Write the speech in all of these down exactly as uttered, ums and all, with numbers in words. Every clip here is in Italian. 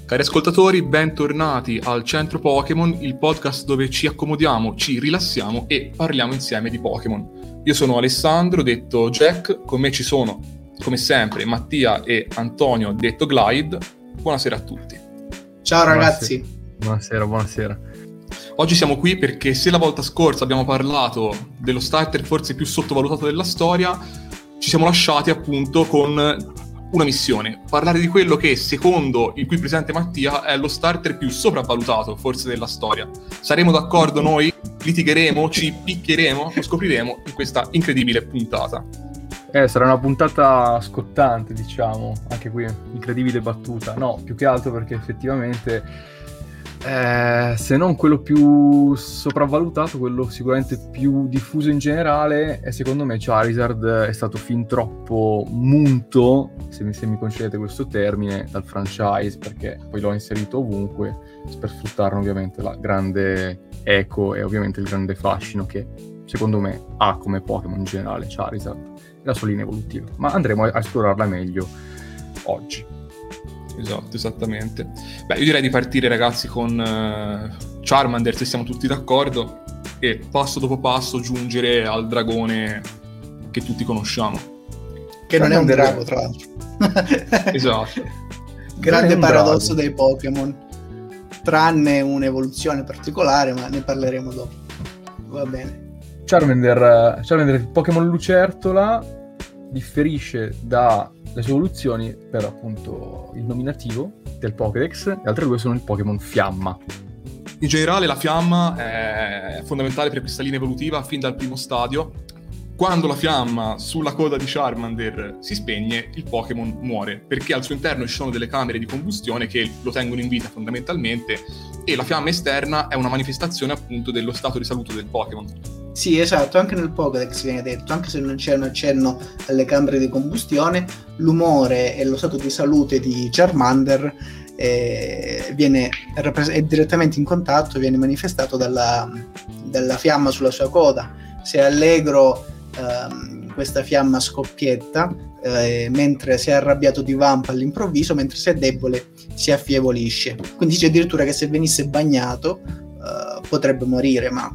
Cari ascoltatori, bentornati al Centro Pokémon, il podcast dove ci accomodiamo, ci rilassiamo e parliamo insieme di Pokémon. Io sono Alessandro, detto Jack, con me ci sono, come sempre, Mattia e Antonio, detto Glide. Buonasera a tutti. Ciao ragazzi. Buonasera, buonasera. Oggi siamo qui perché se la volta scorsa abbiamo parlato dello starter forse più sottovalutato della storia, ci siamo lasciati appunto con una missione, parlare di quello che secondo il qui presente Mattia è lo starter più sopravvalutato forse della storia. Saremo d'accordo noi? Litigheremo? Ci picchieremo? Lo scopriremo in questa incredibile puntata. Eh, sarà una puntata scottante, diciamo, anche qui, incredibile battuta. No, più che altro perché effettivamente Eh, se non quello più sopravvalutato, quello sicuramente più diffuso in generale, e secondo me Charizard è stato fin troppo munto, se mi, se mi concedete questo termine, dal franchise, perché poi l'ho inserito ovunque per sfruttarne ovviamente la grande eco e ovviamente il grande fascino che secondo me ha come Pokémon in generale Charizard e la sua linea evolutiva, ma andremo a esplorarla meglio oggi. Esatto, esattamente. Beh, io direi di partire, ragazzi, con uh, Charmander, se siamo tutti d'accordo, e passo dopo passo giungere al dragone che tutti conosciamo. Che non è un drago, tra l'altro. Esatto. Grande paradosso dei Pokémon, tranne un'evoluzione particolare, ma ne parleremo dopo. Va bene. Charmander, Charmander il Pokémon lucertola, differisce da le sue evoluzioni per appunto il nominativo del Pokédex, le altre due sono il Pokémon Fiamma. In generale la fiamma è fondamentale per questa linea evolutiva fin dal primo stadio. Quando la fiamma sulla coda di Charmander si spegne, il Pokémon muore, perché al suo interno ci sono delle camere di combustione che lo tengono in vita fondamentalmente, e la fiamma esterna è una manifestazione appunto dello stato di salute del Pokémon. Sì, esatto, anche nel Pokédex viene detto, anche se non c'è un accenno alle camere di combustione, l'umore e lo stato di salute di Charmander eh, viene rappres- è direttamente in contatto, viene manifestato dalla, dalla fiamma sulla sua coda. Se è allegro ehm, questa fiamma scoppietta, eh, mentre se è arrabbiato divampa all'improvviso, mentre se è debole si affievolisce. Quindi dice addirittura che se venisse bagnato eh, potrebbe morire, ma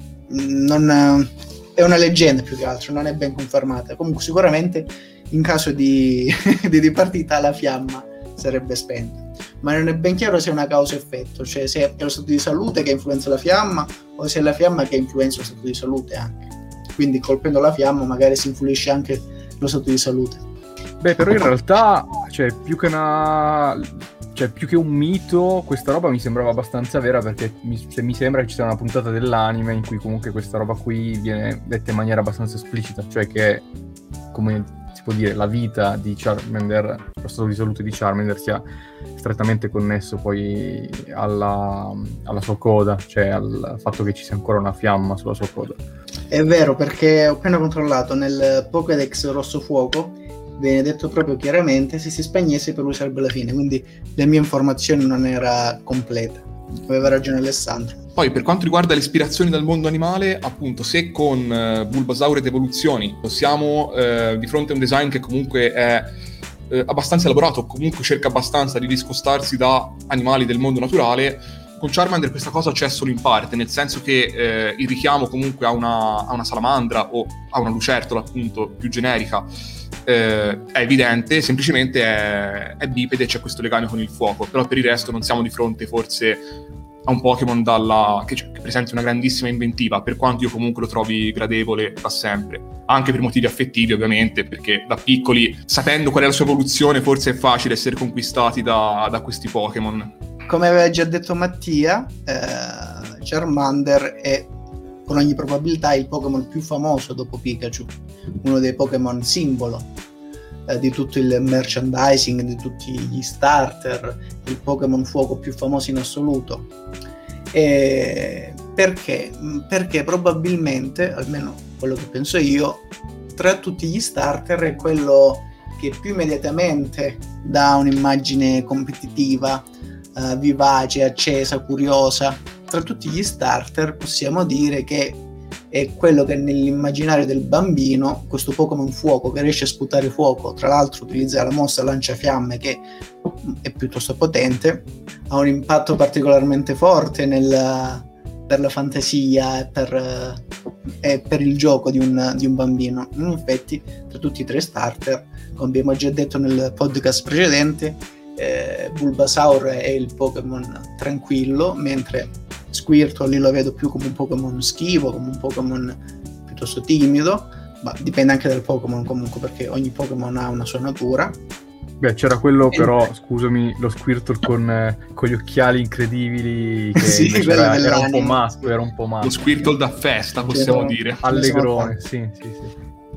non è una leggenda più che altro, non è ben confermata. Comunque sicuramente in caso di, di dipartita la fiamma sarebbe spenta, ma non è ben chiaro se è una causa-effetto, cioè se è lo stato di salute che influenza la fiamma o se è la fiamma che influenza lo stato di salute anche. Quindi colpendo la fiamma magari si influisce anche lo stato di salute. Beh, però in realtà, cioè, più che una... cioè più che un mito, questa roba mi sembrava abbastanza vera, perché mi, se mi sembra che ci sia una puntata dell'anime in cui comunque questa roba qui viene detta in maniera abbastanza esplicita, cioè che, come si può dire, la vita di Charmander, lo stato di salute di Charmander sia strettamente connesso poi alla, alla sua coda, cioè al fatto che ci sia ancora una fiamma sulla sua coda. È vero, perché ho appena controllato nel Pokédex Rosso Fuoco viene detto proprio chiaramente se si spegnesse per lui sarebbe la fine, quindi la mia informazione non era completa. Aveva ragione Alessandro. Poi per quanto riguarda le ispirazioni dal mondo animale, appunto, se con uh, Bulbasaur ed Evoluzioni siamo uh, di fronte a un design che comunque è uh, abbastanza elaborato, comunque cerca abbastanza di discostarsi da animali del mondo naturale, con Charmander questa cosa c'è solo in parte, nel senso che eh, il richiamo comunque a una, a una salamandra o a una lucertola appunto più generica eh, è evidente, semplicemente è, è bipede e c'è questo legame con il fuoco, però per il resto non siamo di fronte forse a un Pokémon dalla, che, che presenta una grandissima inventiva, per quanto io comunque lo trovi gradevole da sempre, anche per motivi affettivi ovviamente, perché da piccoli, sapendo qual è la sua evoluzione, forse è facile essere conquistati da, da questi Pokémon. Come aveva già detto Mattia, eh, Charmander è con ogni probabilità il Pokémon più famoso dopo Pikachu, uno dei Pokémon simbolo eh, di tutto il merchandising, di tutti gli starter, il Pokémon fuoco più famoso in assoluto. E perché? Perché probabilmente, almeno quello che penso io, tra tutti gli starter è quello che più immediatamente dà un'immagine competitiva, Uh, vivace, accesa, curiosa. Tra tutti gli starter possiamo dire che è quello che nell'immaginario del bambino questo Pokémon fuoco che riesce a sputare fuoco, tra l'altro utilizza la mossa lanciafiamme che è piuttosto potente, ha un impatto particolarmente forte nel, per la fantasia e per, e per il gioco di un, di un bambino. In effetti tra tutti i tre starter, come abbiamo già detto nel podcast precedente, eh, Bulbasaur è il Pokémon tranquillo, mentre Squirtle lì lo vedo più come un Pokémon schivo, come un Pokémon piuttosto timido, ma dipende anche dal Pokémon comunque, perché ogni Pokémon ha una sua natura. Beh, c'era quello però, scusami, lo Squirtle con, eh, con gli occhiali incredibili, che sì, era, era un po' maschio, era un po' maschio. Lo Squirtle da festa, possiamo C'era... dire. Allegrone, sì, sì, sì.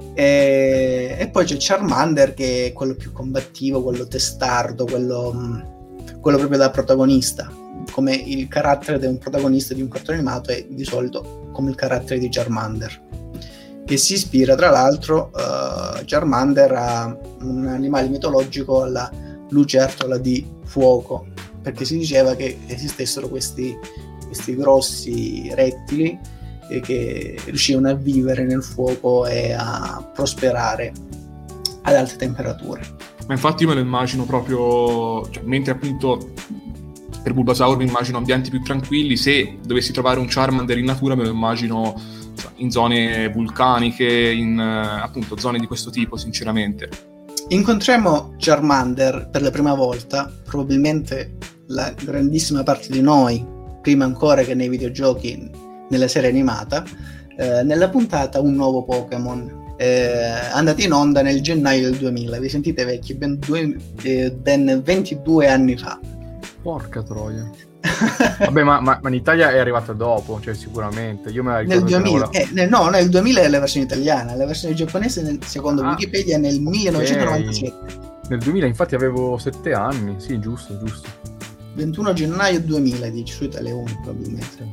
E... e poi c'è Charmander, che è quello più combattivo, quello testardo, quello, quello proprio da protagonista, come il carattere di un protagonista di un cartone animato è di solito come il carattere di Charmander, che si ispira tra l'altro uh, Charmander a un animale mitologico, alla lucertola di fuoco, perché si diceva che esistessero questi, questi grossi rettili eh, che riuscivano a vivere nel fuoco e a prosperare ad alte temperature. Ma infatti io me lo immagino proprio, cioè, mentre appunto per Bulbasaur mi immagino ambienti più tranquilli, se dovessi trovare un Charmander in natura me lo immagino in zone vulcaniche, in appunto zone di questo tipo, sinceramente. Incontriamo Charmander per la prima volta, probabilmente la grandissima parte di noi, prima ancora che nei videogiochi, nella serie animata, eh, nella puntata Un nuovo Pokémon, eh, andata in onda nel gennaio del duemila. Vi sentite vecchi, ben, due, eh, ben ventidue anni fa. Porca troia. Vabbè, ma, ma, ma in Italia è arrivata dopo, cioè sicuramente. Io me la ricordo. Nel duemila, la... eh, nel, no, nel duemila è la versione italiana, la versione giapponese nel, secondo ah, Wikipedia è nel millenovecentonovantasette. Okay. Nel duemila infatti avevo sette anni, sì, giusto, giusto. ventuno gennaio duemila, dici, su Italia uno probabilmente.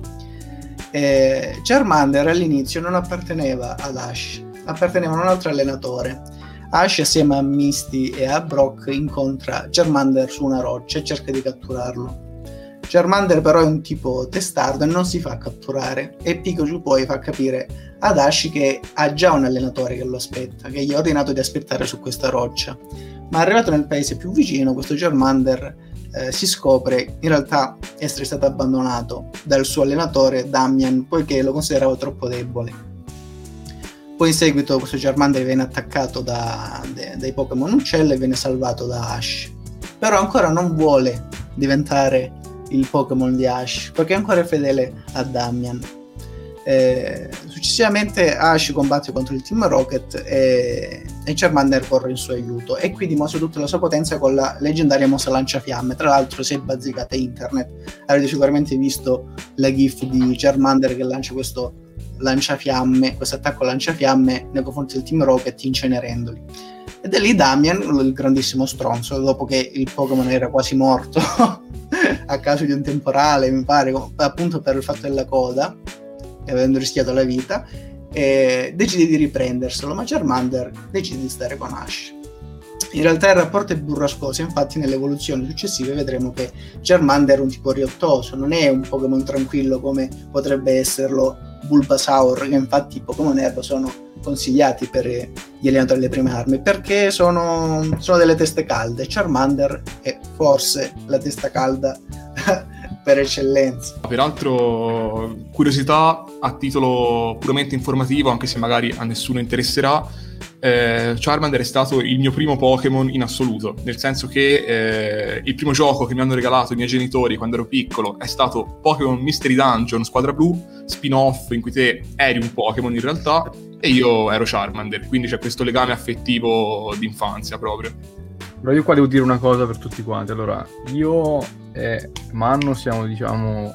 Eh, Charmander all'inizio non apparteneva ad Ash, apparteneva a un altro allenatore. Ash, assieme a Misty e a Brock, incontra Charmander su una roccia e cerca di catturarlo. Charmander però è un tipo testardo e non si fa catturare, e Pikachu poi fa capire ad Ash che ha già un allenatore che lo aspetta, che gli ha ordinato di aspettare su questa roccia. Ma arrivato nel paese più vicino, questo Charmander eh, si scopre in realtà essere stato abbandonato dal suo allenatore Damian, poiché lo considerava troppo debole. Poi in seguito questo Charmander viene attaccato da, de, dai Pokémon uccello e viene salvato da Ash, però ancora non vuole diventare il Pokémon di Ash, perché ancora è fedele a Damian. Eh, successivamente Ash combatte contro il Team Rocket e, e Charmander corre in suo aiuto, e qui dimostra tutta la sua potenza con la leggendaria mossa lanciafiamme. Tra l'altro, se bazzicate internet avrete sicuramente visto la gif di Charmander che lancia questo lanciafiamme, questo attacco lanciafiamme nei confronti del Team Rocket, incenerendoli. Ed è lì Damian, il grandissimo stronzo, dopo che il Pokémon era quasi morto a causa di un temporale, mi pare, appunto per il fatto della coda, avendo rischiato la vita, e decide di riprenderselo, ma Charmander decide di stare con Ash. In realtà il rapporto è burrascoso, infatti nelle evoluzioni successive vedremo che Charmander è un tipo riottoso, non è un Pokémon tranquillo come potrebbe esserlo Bulbasaur, che infatti i Pokémon Erba sono consigliati per gli allenatori delle prime armi, perché sono, sono delle teste calde. Charmander è forse la testa calda per eccellenza. Peraltro, curiosità a titolo puramente informativo, anche se magari a nessuno interesserà, eh, Charmander è stato il mio primo Pokémon in assoluto, nel senso che eh, il primo gioco che mi hanno regalato i miei genitori quando ero piccolo è stato Pokémon Mystery Dungeon Squadra Blu, spin-off in cui te eri un Pokémon in realtà e io ero Charmander, quindi c'è questo legame affettivo d'infanzia proprio. Allora io qua devo dire una cosa per tutti quanti. Allora, io e Manno siamo, diciamo,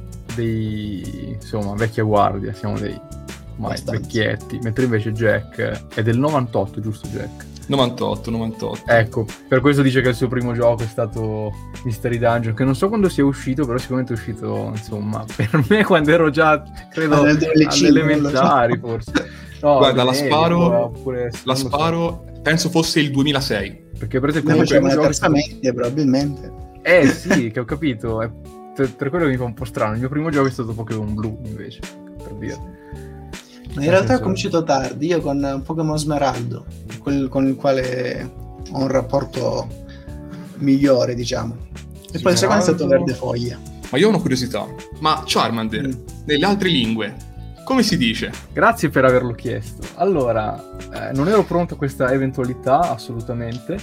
dei, insomma, vecchia guardia, siamo dei ormai vecchietti, mentre invece Jack è del novantotto, giusto Jack? novantotto, novantotto. Ecco, per questo dice che il suo primo gioco è stato Mystery Dungeon, che non so quando sia uscito, però sicuramente è uscito, insomma, per me quando ero già, credo, ah, alle elementari, forse. No, guarda, la meglio, sparo, oppure, la sparo, so. Penso fosse il duemilasei. Perché per esempio noi facciamo la terza media, probabilmente. Eh sì, che ho capito, è per, per quello che mi fa un po' strano. Il mio primo gioco è stato Pokémon Blu, invece, per dire. In realtà ho cominciato tardi, io con Pokémon Smeraldo, quel con il quale ho un rapporto migliore, diciamo. E Smeraldo... poi il secondo è stato Verde Foglia. Ma io ho una curiosità, ma Charmander, mm. nelle altre lingue, come si dice? Grazie per averlo chiesto. Allora, eh, non ero pronto a questa eventualità, assolutamente,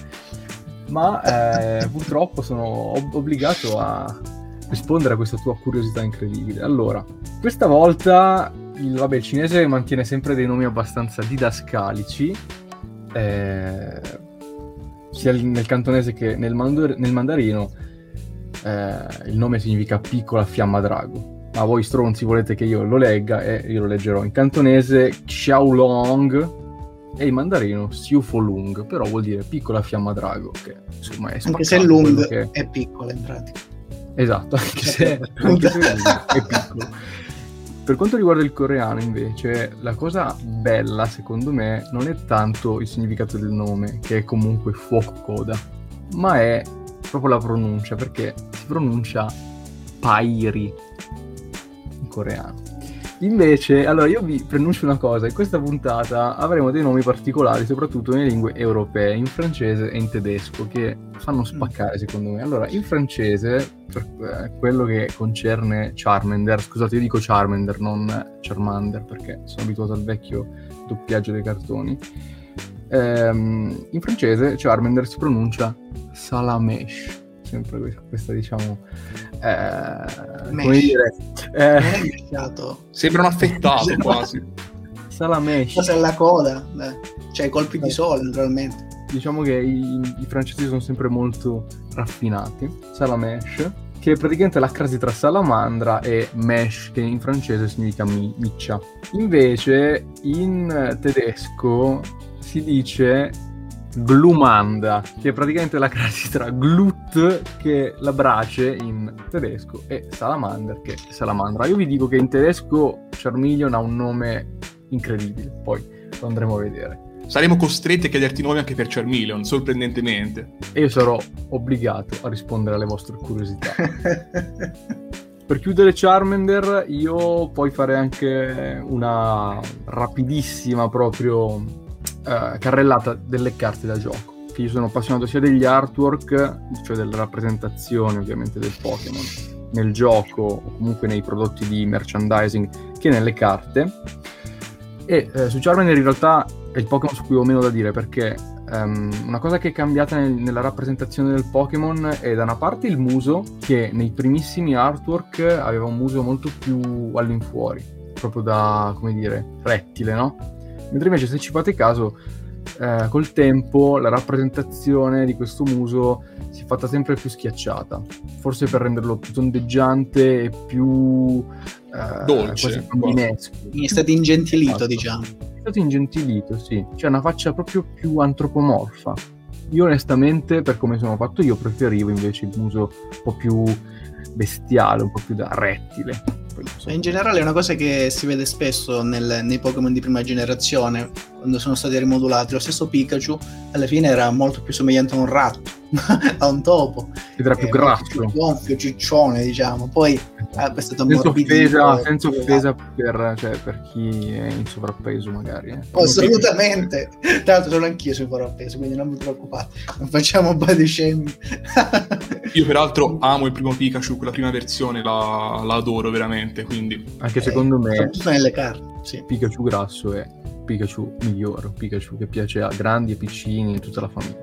ma eh, purtroppo sono ob- obbligato a rispondere a questa tua curiosità incredibile. Allora, questa volta il, vabbè, il cinese mantiene sempre dei nomi abbastanza didascalici, eh, sia nel cantonese che nel, mandor- nel mandarino. Eh, il nome significa piccola fiamma drago, ma voi stronzi volete che io lo legga e io lo leggerò in cantonese Xiaolong e in mandarino Xiu Fo Lung, però vuol dire piccola fiamma drago, che insomma è spaccato, anche se Lung che... è piccola in pratica. Esatto, anche se, anche se è piccolo. Per quanto riguarda il coreano invece, la cosa bella secondo me non è tanto il significato del nome, che è comunque fuoco coda, ma è proprio la pronuncia, perché si pronuncia Pairi in coreano. Invece, allora io vi pronuncio una cosa, in questa puntata avremo dei nomi particolari, soprattutto nelle lingue europee, in francese e in tedesco, che fanno spaccare secondo me. Allora, in francese, per eh, quello che concerne Charmander, scusate io dico Charmander, non Charmander, perché sono abituato al vecchio doppiaggio dei cartoni, ehm, in francese Charmander si pronuncia Salamèche, sempre questa, questa diciamo eh, come dire eh, sembra un affettato quasi. Salamèche, cosa è la coda, beh, cioè i colpi di sole naturalmente. Diciamo che i, i francesi sono sempre molto raffinati. Salamèche, che è praticamente la crasi tra salamandra e mèche, che in francese significa mi, miccia. Invece in tedesco si dice Glumanda, che è praticamente la crasi tra glut, che è la brace in tedesco, e salamander, che è salamandra. Io vi dico che in tedesco Charmeleon ha un nome incredibile, poi lo andremo a vedere. Saremo costretti a chiederti nomi anche per Charmeleon, sorprendentemente. E io sarò obbligato a rispondere alle vostre curiosità. Per chiudere Charmander, io poi farei anche una rapidissima proprio Uh, carrellata delle carte da gioco, che io sono appassionato sia degli artwork, cioè delle rappresentazioni ovviamente del Pokémon nel gioco o comunque nei prodotti di merchandising, che nelle carte. E uh, su Charmander in realtà è il Pokémon su cui ho meno da dire, perché um, una cosa che è cambiata nel, nella rappresentazione del Pokémon è da una parte il muso, che nei primissimi artwork aveva un muso molto più all'infuori, proprio da, come dire, rettile, no? Mentre invece, se ci fate caso, eh, col tempo la rappresentazione di questo muso si è fatta sempre più schiacciata, forse per renderlo più tondeggiante e più eh, dolce, quasi è stato ingentilito, esatto. Diciamo è stato ingentilito, sì, c'è una faccia proprio più antropomorfa. Io onestamente, per come sono fatto io, preferivo invece il muso un po' più bestiale, un po' più da rettile. In generale è una cosa che si vede spesso nel, nei Pokémon di prima generazione, quando sono stati rimodulati. Lo stesso Pikachu alla fine era molto più somigliante a un ratto, a un topo, ed era più grasso, più gonfio, ciccione, diciamo. Poi eh, è stato senza offesa, senza offesa per, cioè, per chi è in sovrappeso magari, eh. Assolutamente. Tra l'altro sono anch'io sul sovrappeso, quindi non vi preoccupate, non facciamo body shaming. Io peraltro amo il primo Pikachu, quella prima versione la, la adoro veramente, quindi anche secondo eh, me soprattutto nelle carte, sì. Pikachu grasso è Pikachu migliore, Pikachu che piace a grandi e piccini e tutta la famiglia.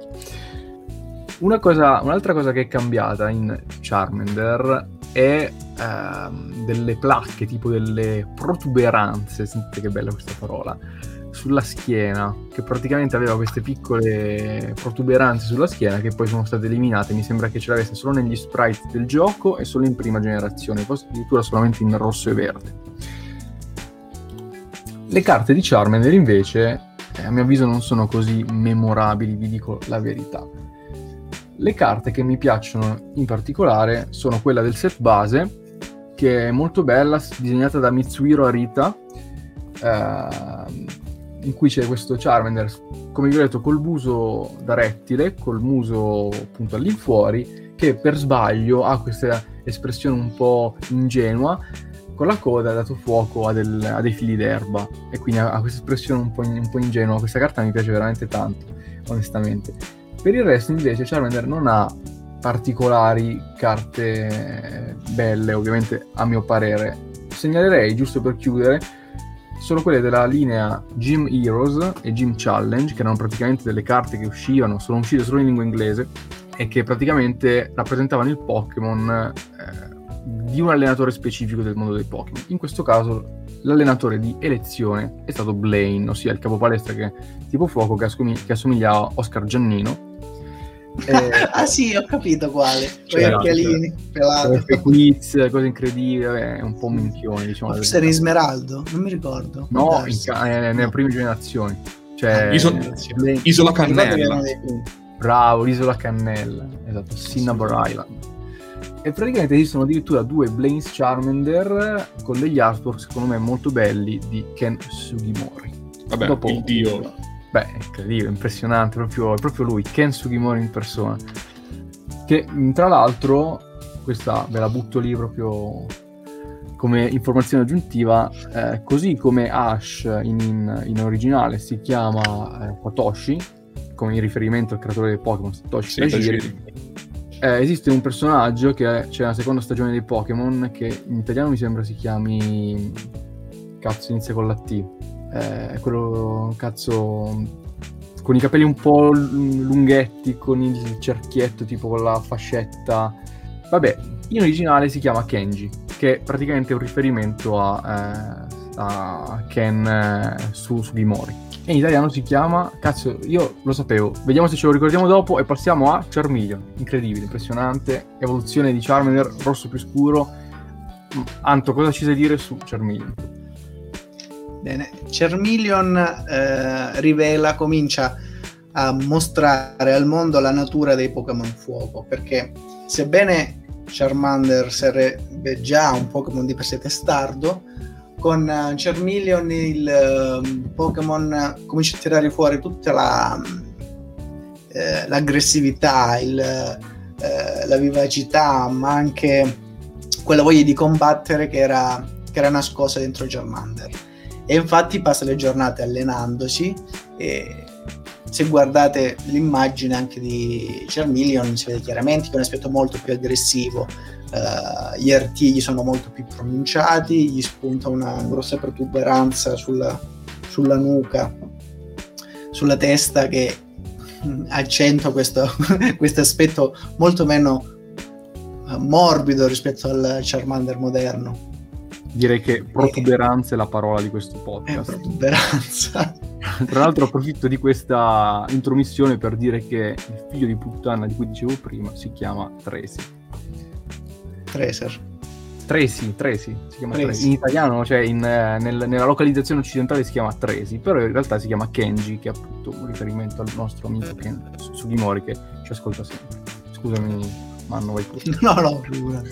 Una cosa, un'altra cosa che è cambiata in Charmander è ehm, delle placche, tipo delle protuberanze, sentite che bella questa parola, sulla schiena, che praticamente aveva queste piccole protuberanze sulla schiena che poi sono state eliminate. Mi sembra che ce l'avesse solo negli sprite del gioco e solo in prima generazione, forse addirittura solamente in rosso e verde. Le carte di Charmander invece, eh, a mio avviso, non sono così memorabili, vi dico la verità. Le carte che mi piacciono in particolare sono quella del set base, che è molto bella, disegnata da Mitsuhiro Arita, eh, in cui c'è questo Charmander, come vi ho detto, col muso da rettile, col muso appunto all'infuori, che per sbaglio ha questa espressione un po' ingenua, con la coda ha dato fuoco a, del, a dei fili d'erba, e quindi ha, ha questa espressione un po', in, un po' ingenua. Questa carta mi piace veramente tanto, onestamente. Per il resto invece Charmander non ha particolari carte belle, ovviamente, a mio parere. Segnalerei, giusto per chiudere, solo quelle della linea Gym Heroes e Gym Challenge, che erano praticamente delle carte che uscivano, sono uscite solo in lingua inglese, e che praticamente rappresentavano il Pokémon eh, di un allenatore specifico del mondo dei Pokémon. In questo caso l'allenatore di elezione è stato Blaine, ossia il capo palestra che tipo fuoco, che, assomig- che assomiglia a Oscar Giannino. Eh, ah sì, ho capito quale. Con gli occhialini, pelato. Quiz, cose incredibili, è un po' un minchione, diciamo. Ma forse era Smeraldo? Non mi ricordo. No, in ca- eh, nelle prime generazioni. Cioè, Iso- Blaine, Isola Cannella. bravo, l'isola Cannella, esatto, Cinnabar Island. E praticamente esistono addirittura due Blaine's Charmander con degli artwork secondo me molto belli di Ken Sugimori. Vabbè, Dopo, il dio. Beh, è incredibile, impressionante, proprio, proprio lui, Ken Sugimori in persona. Che tra l'altro, questa ve la butto lì proprio come informazione aggiuntiva, eh, così come Ash in, in, in originale si chiama eh, Satoshi, come in riferimento al creatore dei Pokémon, Satoshi Sì, Tajiri. Tajiri. Eh, esiste un personaggio che c'è una seconda stagione dei Pokémon che in italiano mi sembra si chiami, cazzo, inizia con la T, eh, quello cazzo con i capelli un po' lunghetti, con il cerchietto tipo con la fascetta, vabbè, in originale si chiama Kenji, che praticamente è un riferimento a, eh, a Ken eh, su Sugimori. E in italiano si chiama, cazzo, io lo sapevo, vediamo se ce lo ricordiamo dopo, e passiamo a Charmeleon. Incredibile, impressionante, evoluzione di Charmander, rosso più scuro. Anto, cosa ci sai dire su Charmeleon? Bene, Charmeleon eh, rivela, comincia a mostrare al mondo la natura dei Pokémon fuoco, perché sebbene Charmander sarebbe già un Pokémon di per sé testardo, con uh, Charmeleon il uh, Pokémon comincia a tirare fuori tutta la, uh, l'aggressività, il, uh, la vivacità, ma anche quella voglia di combattere che era, che era nascosta dentro Charmander. E infatti passa le giornate allenandosi, e se guardate l'immagine anche di Charmeleon si vede chiaramente che è un aspetto molto più aggressivo. Uh, gli artigli sono molto più pronunciati, gli spunta una grossa protuberanza sulla, sulla nuca, sulla testa, che accentua questo questo aspetto molto meno uh, morbido rispetto al Charmander moderno. Direi che protuberanza è la parola di questo È podcast. protuberanza. Tra l'altro approfitto di questa intromissione per dire che il figlio di puttana di cui dicevo prima si chiama Tracy. Tracer. Tracy, Tracy, si chiama Tracy. Tracy. In italiano, cioè in, eh, nel, nella localizzazione occidentale si chiama Tracy, però in realtà si chiama Kenji, che è appunto un riferimento al nostro amico Ken Sugimori, che ci ascolta sempre. Scusami, Manno, vai pure. No, no, figurati.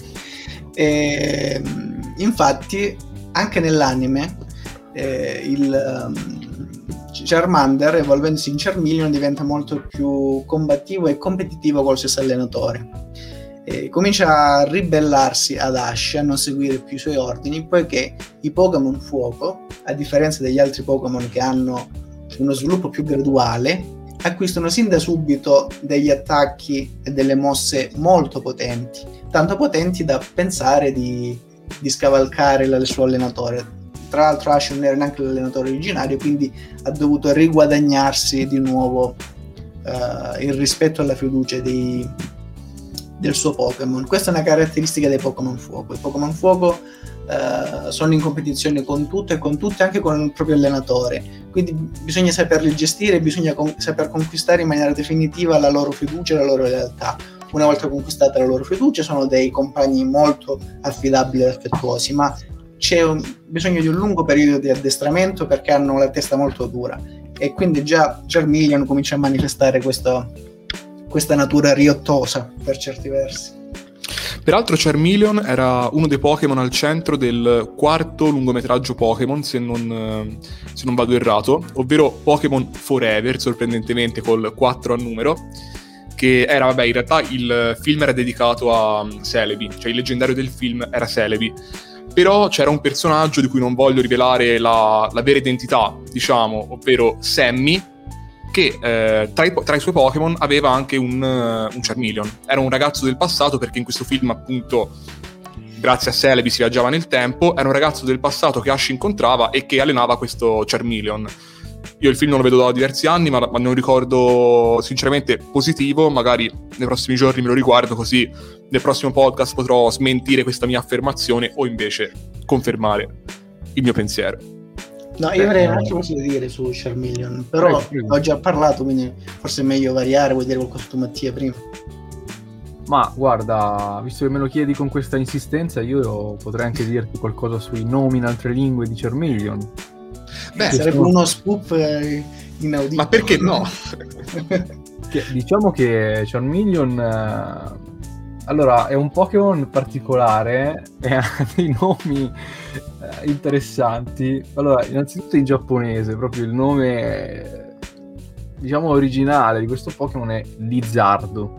E, infatti, anche nell'anime, eh, il um, Charmander, evolvendosi in Charmeleon, diventa molto più combattivo e competitivo col stesso allenatore. E comincia a ribellarsi ad Ash, a non seguire più i suoi ordini, poiché i Pokémon fuoco, a differenza degli altri Pokémon che hanno uno sviluppo più graduale, acquistano sin da subito degli attacchi e delle mosse molto potenti, tanto potenti da pensare di, di scavalcare il suo allenatore. Tra l'altro Ash non era neanche l'allenatore originario, quindi ha dovuto riguadagnarsi di nuovo uh, il rispetto e la fiducia dei del suo Pokémon. Questa è una caratteristica dei Pokémon fuoco. I Pokémon fuoco uh, sono in competizione con tutto e con tutti, anche con il proprio allenatore, quindi bisogna saperli gestire, bisogna con- saper conquistare in maniera definitiva la loro fiducia e la loro lealtà. Una volta conquistata la loro fiducia sono dei compagni molto affidabili e affettuosi, ma c'è un, bisogno di un lungo periodo di addestramento, perché hanno la testa molto dura, e quindi già Charmeleon comincia a manifestare questo questa natura riottosa per certi versi. Peraltro Charmeleon era uno dei Pokémon al centro del quarto lungometraggio Pokémon, se non, se non vado errato, ovvero Pokémon Forever, sorprendentemente col quattro a numero, che era, vabbè, in realtà il film era dedicato a Celebi, cioè il leggendario del film era Celebi, Però c'era un personaggio di cui non voglio rivelare la, la vera identità, diciamo, ovvero Sammy, che eh, tra, i, tra i suoi Pokémon aveva anche un, uh, un Charmeleon. Era un ragazzo del passato, perché in questo film, appunto, grazie a Celebi si viaggiava nel tempo. Era un ragazzo del passato che Ash incontrava e che allenava questo Charmeleon. Io il film non lo vedo da diversi anni, ma, ma ne ho un ricordo sinceramente positivo. Magari nei prossimi giorni me lo riguardo, così nel prossimo podcast potrò smentire questa mia affermazione o invece confermare il mio pensiero. No, io avrei un attimo da dire su Charmeleon, però eh, ho già parlato, quindi forse è meglio variare. Vuoi dire qualcosa tu, Mattia, prima? Ma guarda, visto che me lo chiedi con questa insistenza, io potrei anche dirti qualcosa sui nomi in altre lingue di Charmeleon. Beh, sarebbe sono... uno scoop eh, inaudito. Ma perché no? Che, diciamo che Charmeleon eh, allora è un Pokémon particolare e ha dei nomi eh, interessanti. Allora, innanzitutto in giapponese, proprio il nome diciamo originale di questo Pokémon è Lizardo.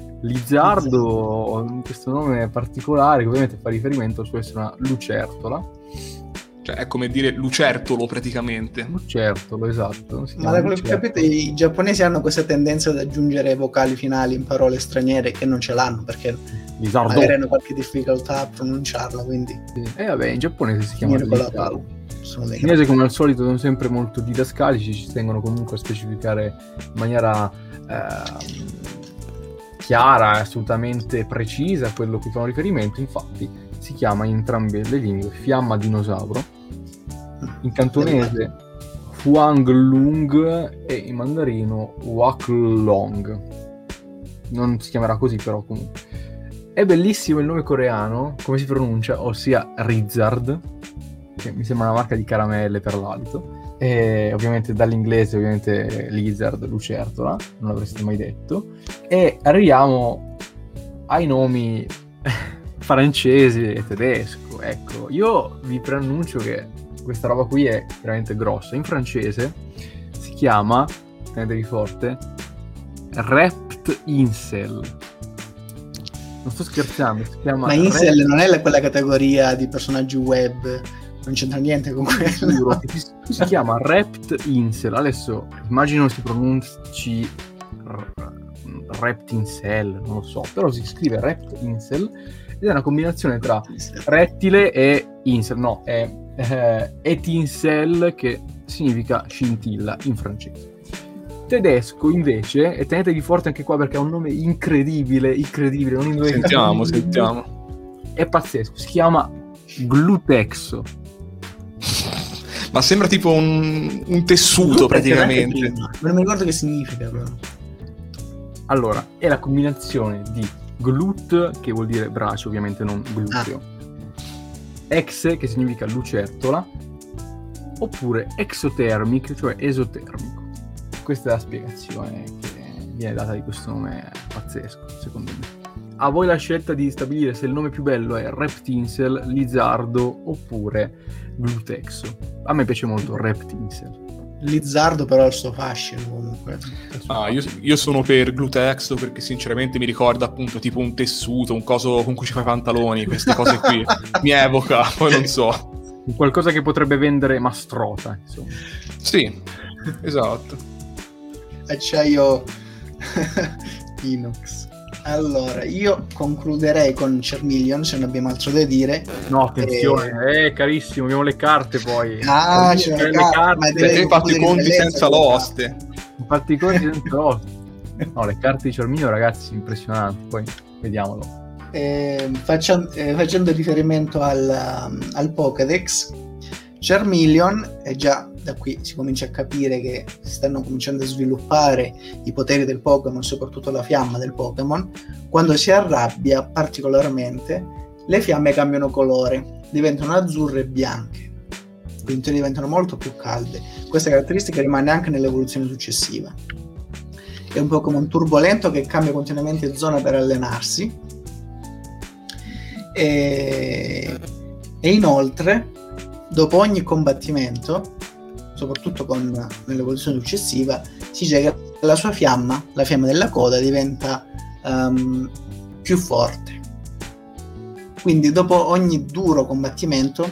Lizardo, questo nome particolare che ovviamente fa riferimento al suo essere una lucertola. Cioè è come dire lucertolo praticamente. Lucertolo, esatto. Ma da quello che capite, i giapponesi hanno questa tendenza ad aggiungere vocali finali in parole straniere che non ce l'hanno, perché Lizardo. magari hanno qualche difficoltà a pronunciarla, quindi... Sì. E eh, vabbè, in giapponese si chiama Lizardo. In inglese, come al solito, sono sempre molto didascalici, ci tengono comunque a specificare in maniera eh, chiara, assolutamente precisa quello che fanno riferimento. Infatti si chiama in entrambe le lingue Fiamma Dinosauro, in cantonese Huang Lung e in mandarino Wak Long. Non si chiamerà così, però comunque è bellissimo il nome coreano, come si pronuncia, ossia Rizard, che mi sembra una marca di caramelle per l'alito, e ovviamente dall'inglese ovviamente Lizard, lucertola, non l'avreste mai detto. E arriviamo ai nomi francesi e tedesco. Ecco, io vi preannuncio che questa roba qui è veramente grossa. In francese si chiama, tenetevi forte, Rept Incel. Non sto scherzando, si chiama... Ma Incel Rept... non è la, quella categoria di personaggi web, non c'entra niente con quello. Si, si chiama Rept Incel. Adesso immagino si pronunci Rept Incel, non lo so, però si scrive Rept Incel ed è una combinazione tra rettile e incel, no, è eh, etincelle, che significa scintilla in francese. Tedesco invece, e tenetevi forte anche qua perché ha un nome incredibile, incredibile, non sentiamo, sentiamo. È pazzesco, si chiama Glutexo. Ma sembra tipo un, un tessuto praticamente. Non mi ricordo che significa però. Allora, è la combinazione di glut, che vuol dire braccio, ovviamente non gluteo, ah. exe, che significa lucertola, oppure exothermic, cioè esotermico. Questa è la spiegazione che viene data di questo nome pazzesco, secondo me. A voi la scelta di stabilire se il nome più bello è Reptincel, Lizardo oppure Glutexo. A me piace molto Reptincel. Lizardo però ha il suo fascino comunque. Ah, io, io sono per Glutexo perché sinceramente mi ricorda appunto tipo un tessuto, un coso con cui ci fai i pantaloni, queste cose qui. Mi evoca, poi non so. Qualcosa che potrebbe vendere Mastrota, insomma. Sì, esatto. Acciaio inox. Allora, io concluderei con Charmeleon, se non abbiamo altro da dire. No, attenzione, e... eh, carissimo, abbiamo le carte poi. Ah, c'è le car- carte. Perché infatti i conti senza l'oste. Infatti i conti senza l'oste. No, le carte di Charmeleon, ragazzi, impressionanti, poi vediamolo. Eh, facciamo, eh, facendo riferimento al, um, al Pokédex, Charmeleon, e già da qui si comincia a capire che si stanno cominciando a sviluppare i poteri del Pokémon, soprattutto la fiamma del Pokémon. Quando si arrabbia particolarmente, le fiamme cambiano colore, diventano azzurre e bianche, quindi diventano molto più calde. Questa caratteristica rimane anche nell'evoluzione successiva. È un Pokémon turbolento che cambia continuamente zona per allenarsi e, e inoltre dopo ogni combattimento, soprattutto con nell'evoluzione successiva, si dice che la sua fiamma, la fiamma della coda, diventa um, più forte. Quindi dopo ogni duro combattimento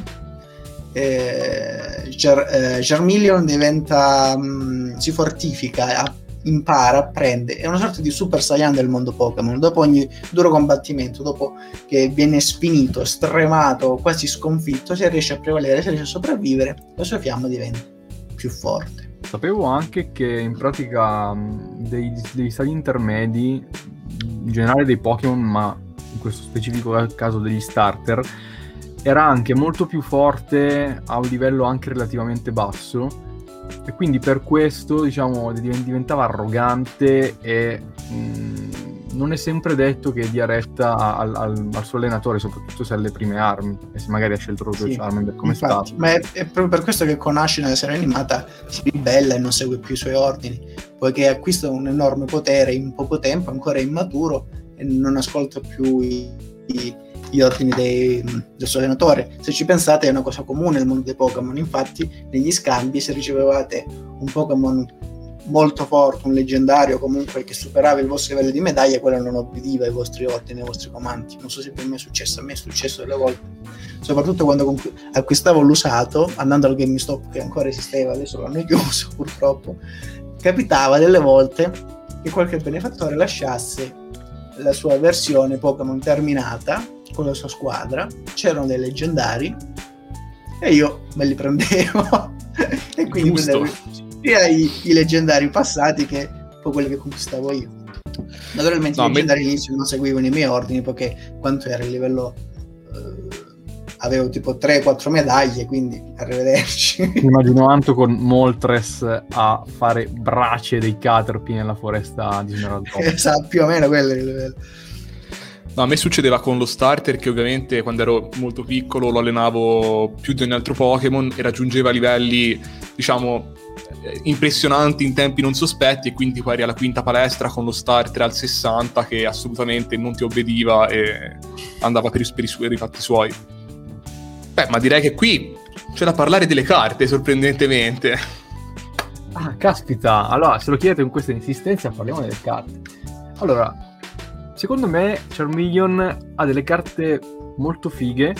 eh, Char- eh, Charmeleon diventa mh, si fortifica, a- impara, apprende, è una sorta di Super Saiyan del mondo Pokémon. Dopo ogni duro combattimento, dopo che viene sfinito, stremato, quasi sconfitto, se riesce a prevalere, se riesce a sopravvivere, la sua fiamma diventa più forte. Sapevo anche che in pratica mh, dei, dei stadi intermedi, in generale dei Pokémon, ma in questo specifico caso degli starter, era anche molto più forte a un livello anche relativamente basso, e quindi per questo, diciamo, diventava arrogante e mh, non è sempre detto che dia retta al, al, al suo allenatore, soprattutto se ha le prime armi e se magari ha scelto proprio Sì, Charmander come infatti, stato. ma è, è proprio per questo che con Ash nella serie animata si ribella e non segue più i suoi ordini, poiché acquista un enorme potere in poco tempo, ancora immaturo, e non ascolta più i, i, gli ordini dei, del suo allenatore. Se ci pensate è una cosa comune nel mondo dei Pokémon, infatti negli scambi, se ricevevate un Pokémon molto forte, un leggendario comunque che superava il vostro livello di medaglia, quello non obbediva ai vostri ordini, ai vostri comandi. Non so se per me è successo, a me è successo delle volte, soprattutto quando conqu- acquistavo l'usato, andando al GameStop che ancora esisteva, adesso l'hanno chiuso purtroppo. Capitava delle volte che qualche benefattore lasciasse la sua versione Pokémon terminata con la sua squadra, c'erano dei leggendari e io me li prendevo e quindi Giusto. prendevo sia i, i leggendari passati che poi quelli che conquistavo io. Naturalmente No, i leggendari me... all'inizio non seguivano i miei ordini, perché quanto era il livello eh, avevo tipo tre quattro medaglie, quindi arrivederci. Immagino Anto con Moltres a fare brace dei Caterpie nella foresta di Smeraldo. Esatto, più o meno quello è il livello. No, a me succedeva con lo starter che ovviamente quando ero molto piccolo lo allenavo più di ogni altro Pokémon e raggiungeva livelli, diciamo, impressionanti in tempi non sospetti, e quindi poi eri alla quinta palestra con lo starter al sessanta che assolutamente non ti obbediva e andava per i, per i, su- per i fatti suoi. Beh, ma direi che qui c'è da parlare delle carte, sorprendentemente. Ah, caspita! Allora, se lo chiedete con questa insistenza, parliamo delle carte. Allora, secondo me Charmeleon ha delle carte molto fighe,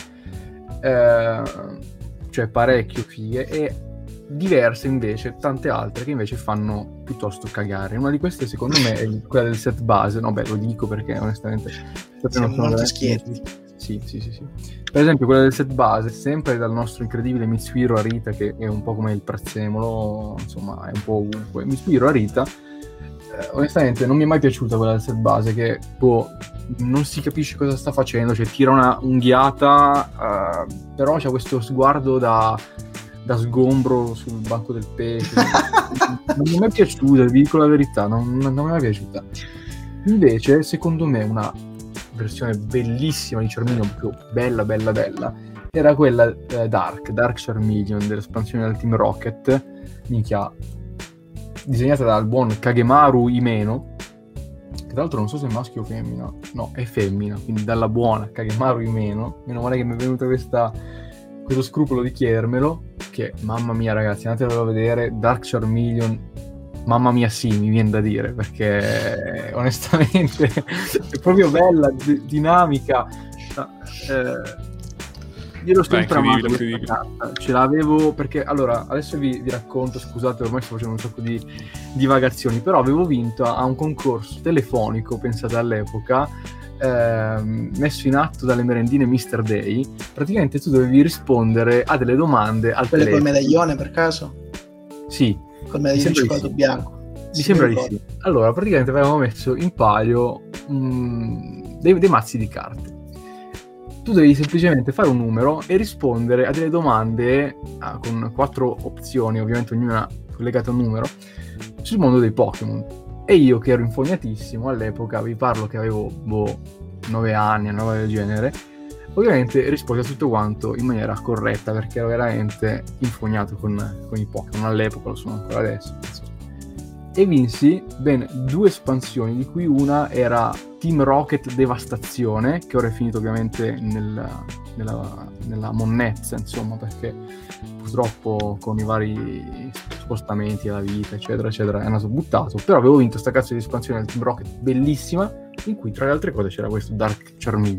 eh, cioè parecchio fighe, e diverse invece, tante altre che invece fanno piuttosto cagare. Una di queste secondo me è quella del set base. No, beh, lo dico perché onestamente siamo molto schietti. Sì, sì, sì, sì. Per esempio quella del set base, sempre dal nostro incredibile Mitsuhiro Arita, che è un po' come il prezzemolo, insomma, è un po' ovunque. Mitsuhiro Arita, eh, onestamente non mi è mai piaciuta quella del set base, che boh, non si capisce cosa sta facendo, cioè tira una unghiata, uh, però c'ha questo sguardo da, da sgombro sul banco del pesce. Non mi è mai piaciuta, vi dico la verità, non, non mi è mai piaciuta. Invece, secondo me, una versione bellissima di Charmeleon, proprio bella bella bella, era quella eh, Dark, Dark Charmeleon dell'espansione del Team Rocket, minchia, disegnata dal buon Kagemaru Himeno, che tra l'altro non so se è maschio o femmina, no, è femmina, quindi dalla buona Kagemaru Himeno. Meno male che mi è venuta questa, questo scrupolo di chiedermelo, che mamma mia ragazzi, andatevelo a vedere, Dark Charmeleon, mamma mia sì, mi viene da dire, perché onestamente è proprio bella, d- dinamica. Eh, io l'ho sempre amato questa carta, ce l'avevo perché, allora, adesso vi, vi racconto, scusate, ormai sto facendo un sacco di divagazioni, però avevo vinto a un concorso telefonico, pensate all'epoca, eh, messo in atto dalle merendine mister Day. Praticamente tu dovevi rispondere a delle domande al Quelle telefono. col medaglione per caso? Sì. Col medaglione di cioccolato bianco. Mi sembra di sì. Allora, praticamente avevamo messo in palio mh, dei, dei mazzi di carte. Tu devi semplicemente fare un numero e rispondere a delle domande ah, con quattro opzioni, ovviamente ognuna collegata a un numero, sul mondo dei Pokémon. E io, che ero infognatissimo all'epoca, vi parlo che avevo boh, nove anni, una roba del genere, ovviamente risposi a tutto quanto in maniera corretta, perché ero veramente infognato con, con i Pokémon. All'epoca lo sono ancora adesso, insomma. E vinsi ben due espansioni, di cui una era Team Rocket Devastazione, che ora è finito ovviamente nel, nella, nella monnezza, insomma, perché purtroppo con i vari spostamenti della vita, eccetera, eccetera, è andato buttato. Però avevo vinto sta cazzo di espansione del Team Rocket bellissima, in cui tra le altre cose c'era questo Dark Charmeleon.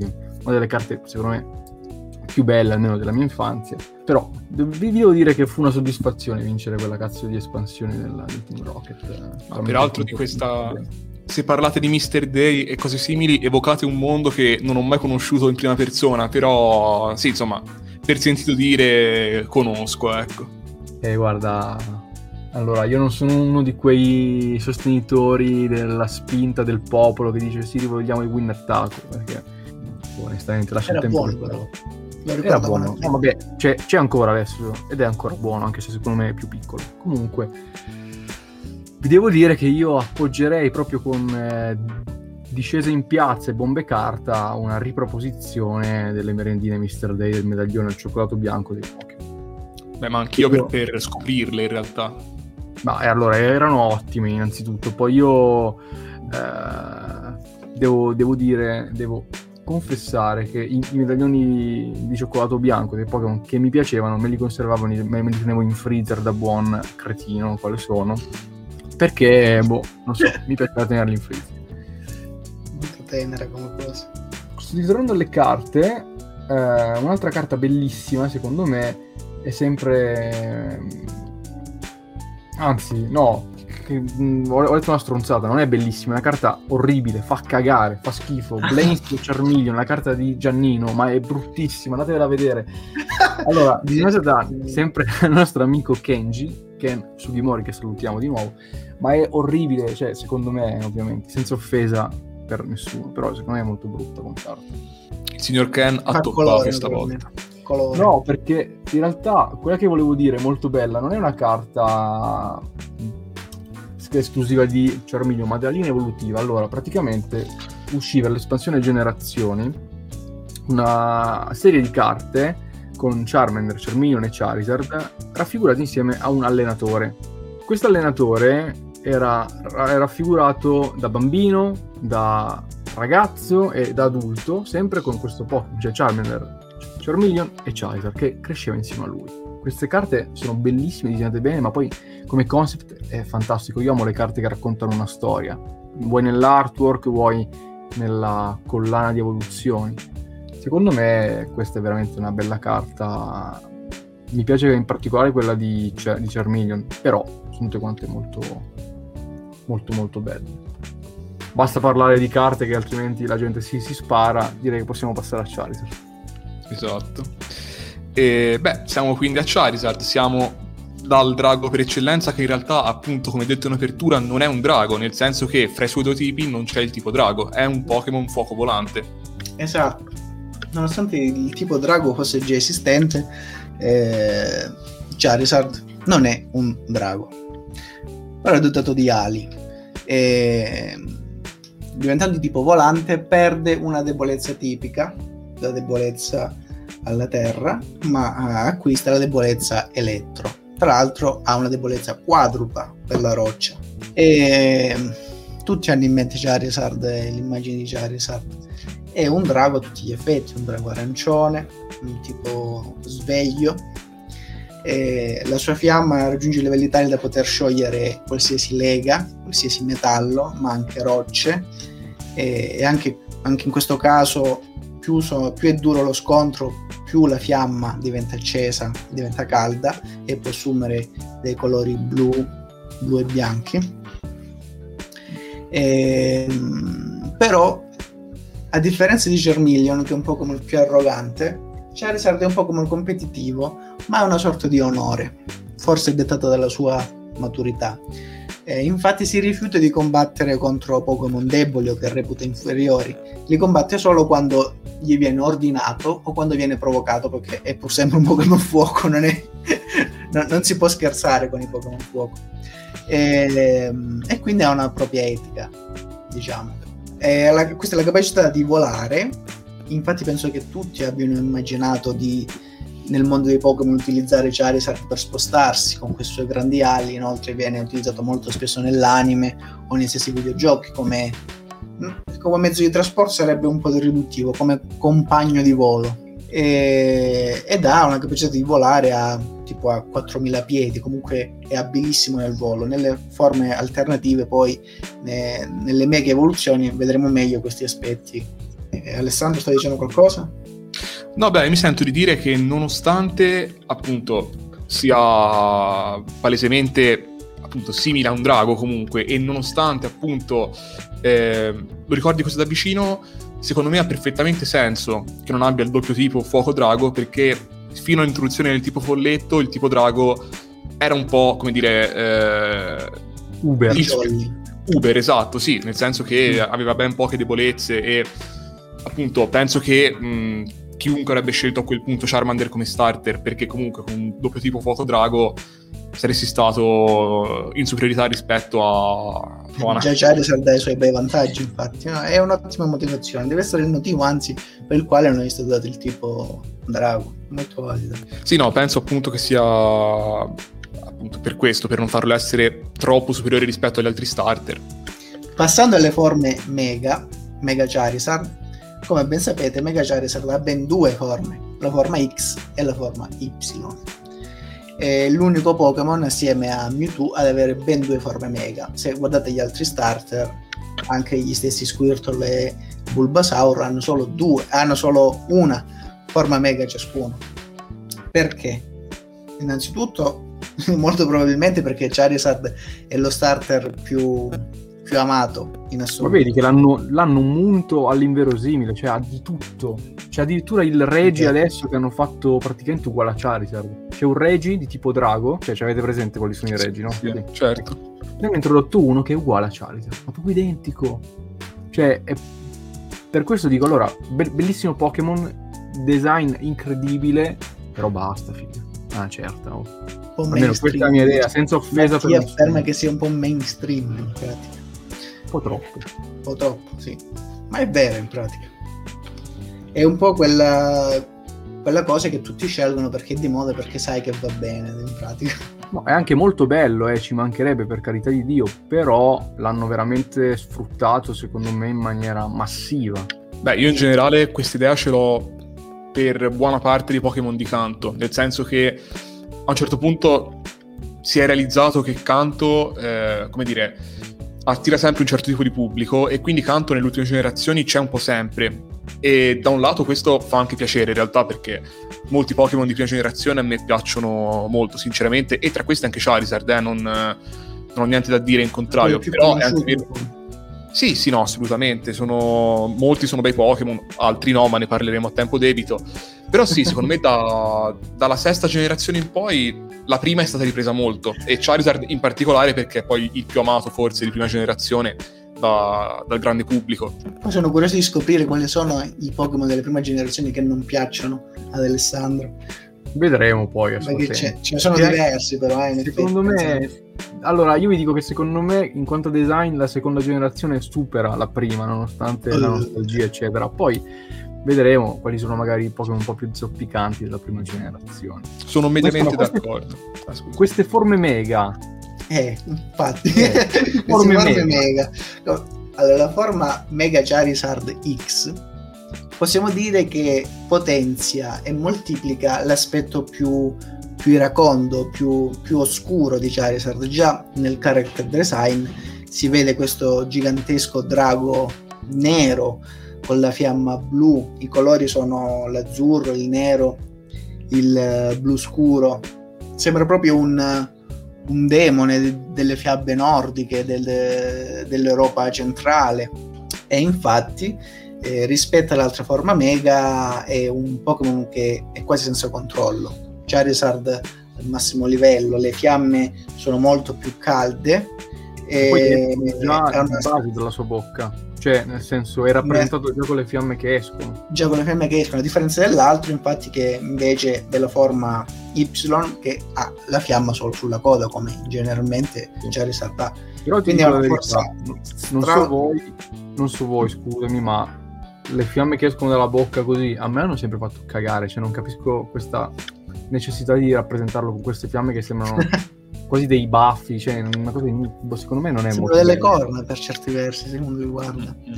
una delle carte secondo me più belle almeno della mia infanzia, però vi devo dire che fu una soddisfazione vincere quella cazzo di espansione del, del Team Rocket. Ma peraltro di questa, se parlate di mister Day e cose simili, evocate un mondo che non ho mai conosciuto in prima persona, però sì, insomma, per sentito dire conosco, ecco. E guarda, allora io non sono uno di quei sostenitori della spinta del popolo che dice sì, vogliamo il winner taco, perché onestamente lascia il tempo buono, però. Era buono, no, vabbè, c'è, c'è ancora adesso ed è ancora buono, anche se secondo me è più piccolo. Comunque vi devo dire che io appoggerei proprio con eh, discese in piazza e bombe carta una riproposizione delle merendine mister Day, del medaglione al cioccolato bianco dei Pokémon. Beh, ma anch'io io... per, per scoprirle in realtà. Ma eh, allora erano ottime innanzitutto, poi io eh, devo, devo dire, devo confessare che i, i medaglioni di cioccolato bianco dei Pokémon che mi piacevano me li conservavo, me, me li tenevo in freezer da buon cretino quale sono, perché boh, non so, mi piaceva tenerli in freezer. Molto tenera come cosa. Ritornando alle carte, eh, un'altra carta bellissima secondo me è sempre, anzi no, che, mh, ho detto una stronzata, non è bellissima, è una carta orribile, fa cagare, fa schifo. Blaze Charmeleon, la carta di Giannino, ma è bruttissima, andatevela a vedere. Allora, disegnata da sempre il nostro amico Kenji, Ken Sugimori, che salutiamo di nuovo, ma è orribile, cioè secondo me ovviamente, senza offesa per nessuno, però secondo me è molto brutta come carta. Il signor Ken ha toppato questa volta. Colore. No, perché in realtà quella che volevo dire molto bella non è una carta esclusiva di Charmeleon, ma della linea evolutiva. Allora, praticamente usciva l'espansione Generazioni, una serie di carte con Charmander, Charmeleon e Charizard raffigurati insieme a un allenatore. Questo allenatore era, era raffigurato da bambino, da ragazzo e da adulto, sempre con questo Pokémon, cioè Charmander, Charmeleon e Charizard, che cresceva insieme a lui. Queste carte sono bellissime, disegnate bene, ma poi come concept è fantastico. Io amo le carte che raccontano una storia, vuoi nell'artwork, vuoi nella collana di evoluzioni. Secondo me questa è veramente una bella carta. Mi piace in particolare quella di, Ch- di Charmeleon, però sono tutte quante molto molto molto belle. Basta parlare di carte che altrimenti la gente si, si spara. Direi che possiamo passare a Charizard. Esatto. E, beh, siamo quindi a Charizard, siamo dal drago per eccellenza, che in realtà, appunto, come detto in apertura, non è un drago, nel senso che fra i suoi due tipi non c'è il tipo drago, è un Pokémon fuoco volante. Esatto. Nonostante il tipo drago fosse già esistente, eh, Charizard non è un drago, però è dotato di ali e, diventando di tipo volante, perde una debolezza tipica, la debolezza alla terra, ma acquista la debolezza elettro. Tra l'altro ha una debolezza quadrupla per la roccia. E tutti hanno in mente Charizard e l'immagine di Charizard. È un drago a tutti gli effetti, un drago arancione, un tipo sveglio. E la sua fiamma raggiunge livelli tali da poter sciogliere qualsiasi lega, qualsiasi metallo, ma anche rocce. E anche, anche in questo caso più, so, più è duro lo scontro, più la fiamma diventa accesa, diventa calda e può assumere dei colori blu, blu e bianchi. E, però, a differenza di Charmeleon, che è un po' come il più arrogante, Charizard è un po' come il competitivo, ma è una sorta di onore, forse dettato dalla sua maturità. Eh, infatti si rifiuta di combattere contro Pokémon deboli o che reputa inferiori, li combatte solo quando gli viene ordinato o quando viene provocato, perché è pur sempre un Pokémon fuoco, non, è, non, non si può scherzare con i Pokémon fuoco. E, e quindi ha una propria etica, diciamo. E la, questa è la capacità di volare. Infatti penso che tutti abbiano immaginato di, nel mondo dei Pokémon, utilizzare Charizard per spostarsi con queste sue grandi ali. Inoltre viene utilizzato molto spesso nell'anime o nei stessi videogiochi come, come mezzo di trasporto, sarebbe un po' riduttivo, come compagno di volo. E, ed ha una capacità di volare a tipo a quattromila piedi, comunque è abilissimo nel volo. Nelle forme alternative poi, ne, nelle mega evoluzioni, vedremo meglio questi aspetti Eh, Alessandro, stai dicendo qualcosa? No, beh, mi sento di dire che nonostante appunto sia palesemente appunto simile a un drago comunque, e nonostante appunto eh, lo ricordi così da vicino, secondo me ha perfettamente senso che non abbia il doppio tipo fuoco drago, perché fino all'introduzione del tipo folletto il tipo drago era un po', come dire, eh, Uber. il... Uber, esatto, sì, nel senso che mm. aveva ben poche debolezze, e appunto penso che mh, chiunque avrebbe scelto a quel punto Charmander come starter, perché comunque con un doppio tipo fuoco drago saresti stato in superiorità rispetto a... a Già Charizard ha i suoi bei vantaggi, infatti, no? È un'ottima motivazione, deve essere il motivo anzi per il quale non è stato dato il tipo drago, molto valido. Sì, no, penso appunto che sia appunto per questo, per non farlo essere troppo superiore rispetto agli altri starter. Passando alle forme Mega, Mega Charizard, come ben sapete Mega Charizard ha ben due forme, la forma X e la forma Y. È l'unico Pokémon assieme a Mewtwo ad avere ben due forme Mega. Se guardate gli altri starter, anche gli stessi Squirtle e Bulbasaur hanno solo due, hanno solo una forma Mega ciascuno. Perché? Innanzitutto, molto probabilmente perché Charizard è lo starter più, più amato in assoluto. Ma vedi che l'hanno, l'hanno munto all'inverosimile, cioè ha di tutto. C'è addirittura il Regi okay. adesso che hanno fatto praticamente uguale a Charizard. C'è un Regi di tipo drago, cioè avete presente quali sono i Regi, no? Sì, certo. Ne hanno introdotto uno che è uguale a Charizard, ma proprio identico. Cioè, è... per questo dico, allora, be- bellissimo Pokémon, design incredibile, però basta, figlio. Ah, certo. Oh. Almeno questa è la mia idea, senza offesa per chi afferma che sia un po' mainstream, in pratica. Un po' troppo. Un po' troppo, sì. Ma è vero, in pratica. È un po' quella, quella cosa che tutti scelgono perché è di moda, perché sai che va bene, in pratica. No, è anche molto bello, eh, ci mancherebbe, per carità di Dio, però l'hanno veramente sfruttato, secondo me, in maniera massiva. Beh, io in generale quest'idea ce l'ho per buona parte di Pokémon di Kanto, nel senso che a un certo punto si è realizzato che Kanto, eh, come dire, attira sempre un certo tipo di pubblico, e quindi Kanto nelle ultime generazioni c'è un po' sempre. E da un lato questo fa anche piacere in realtà, perché molti Pokémon di prima generazione a me piacciono molto sinceramente, e tra questi anche Charizard, eh, non, non ho niente da dire in contrario, però è anche vero. Sì, sì, no, assolutamente, sono... molti sono bei Pokémon, altri no, ma ne parleremo a tempo debito. Però sì, secondo me da... dalla sesta generazione in poi la prima è stata ripresa molto, e Charizard in particolare perché è poi il più amato forse di prima generazione da... dal grande pubblico. Poi sono curioso di scoprire quali sono i Pokémon delle prime generazioni che non piacciono ad Alessandro. Vedremo poi. Perché ce ne sono che diversi, però. Eh, secondo me, allora io vi dico che secondo me, in quanto a design, la seconda generazione supera la prima, nonostante uh. la nostalgia, eccetera. Poi vedremo quali sono magari i Pokémon un po' più zoppicanti della prima generazione. Sono mediamente queste, d'accordo. Ah, queste forme Mega. Eh, infatti. Eh, forme, forme mega. mega. Allora, la forma Mega Charizard X possiamo dire che potenzia e moltiplica l'aspetto più, più iracondo, più, più oscuro di Charizard. Già nel character design si vede questo gigantesco drago nero con la fiamma blu, i colori sono l'azzurro, il nero, il blu scuro, sembra proprio un, un demone delle fiabe nordiche del, dell'Europa centrale, e infatti Eh, rispetto all'altra forma Mega è un Pokémon che è quasi senza controllo. Charizard al massimo livello, le fiamme sono molto più calde e poi già è una base della sua bocca, cioè nel senso è rappresentato già con le fiamme che escono già con le fiamme che escono a differenza dell'altro infatti, che invece della forma Y, che ha la fiamma solo sulla coda come generalmente Charizard ha. Però quindi è una forza non stra... so voi non so voi scusami, ma le fiamme che escono dalla bocca così a me hanno sempre fatto cagare, cioè non capisco questa necessità di rappresentarlo con queste fiamme che sembrano quasi dei baffi, cioè una cosa di... secondo me non è sembrano molto delle bello. corna per certi versi, se uno li guarda.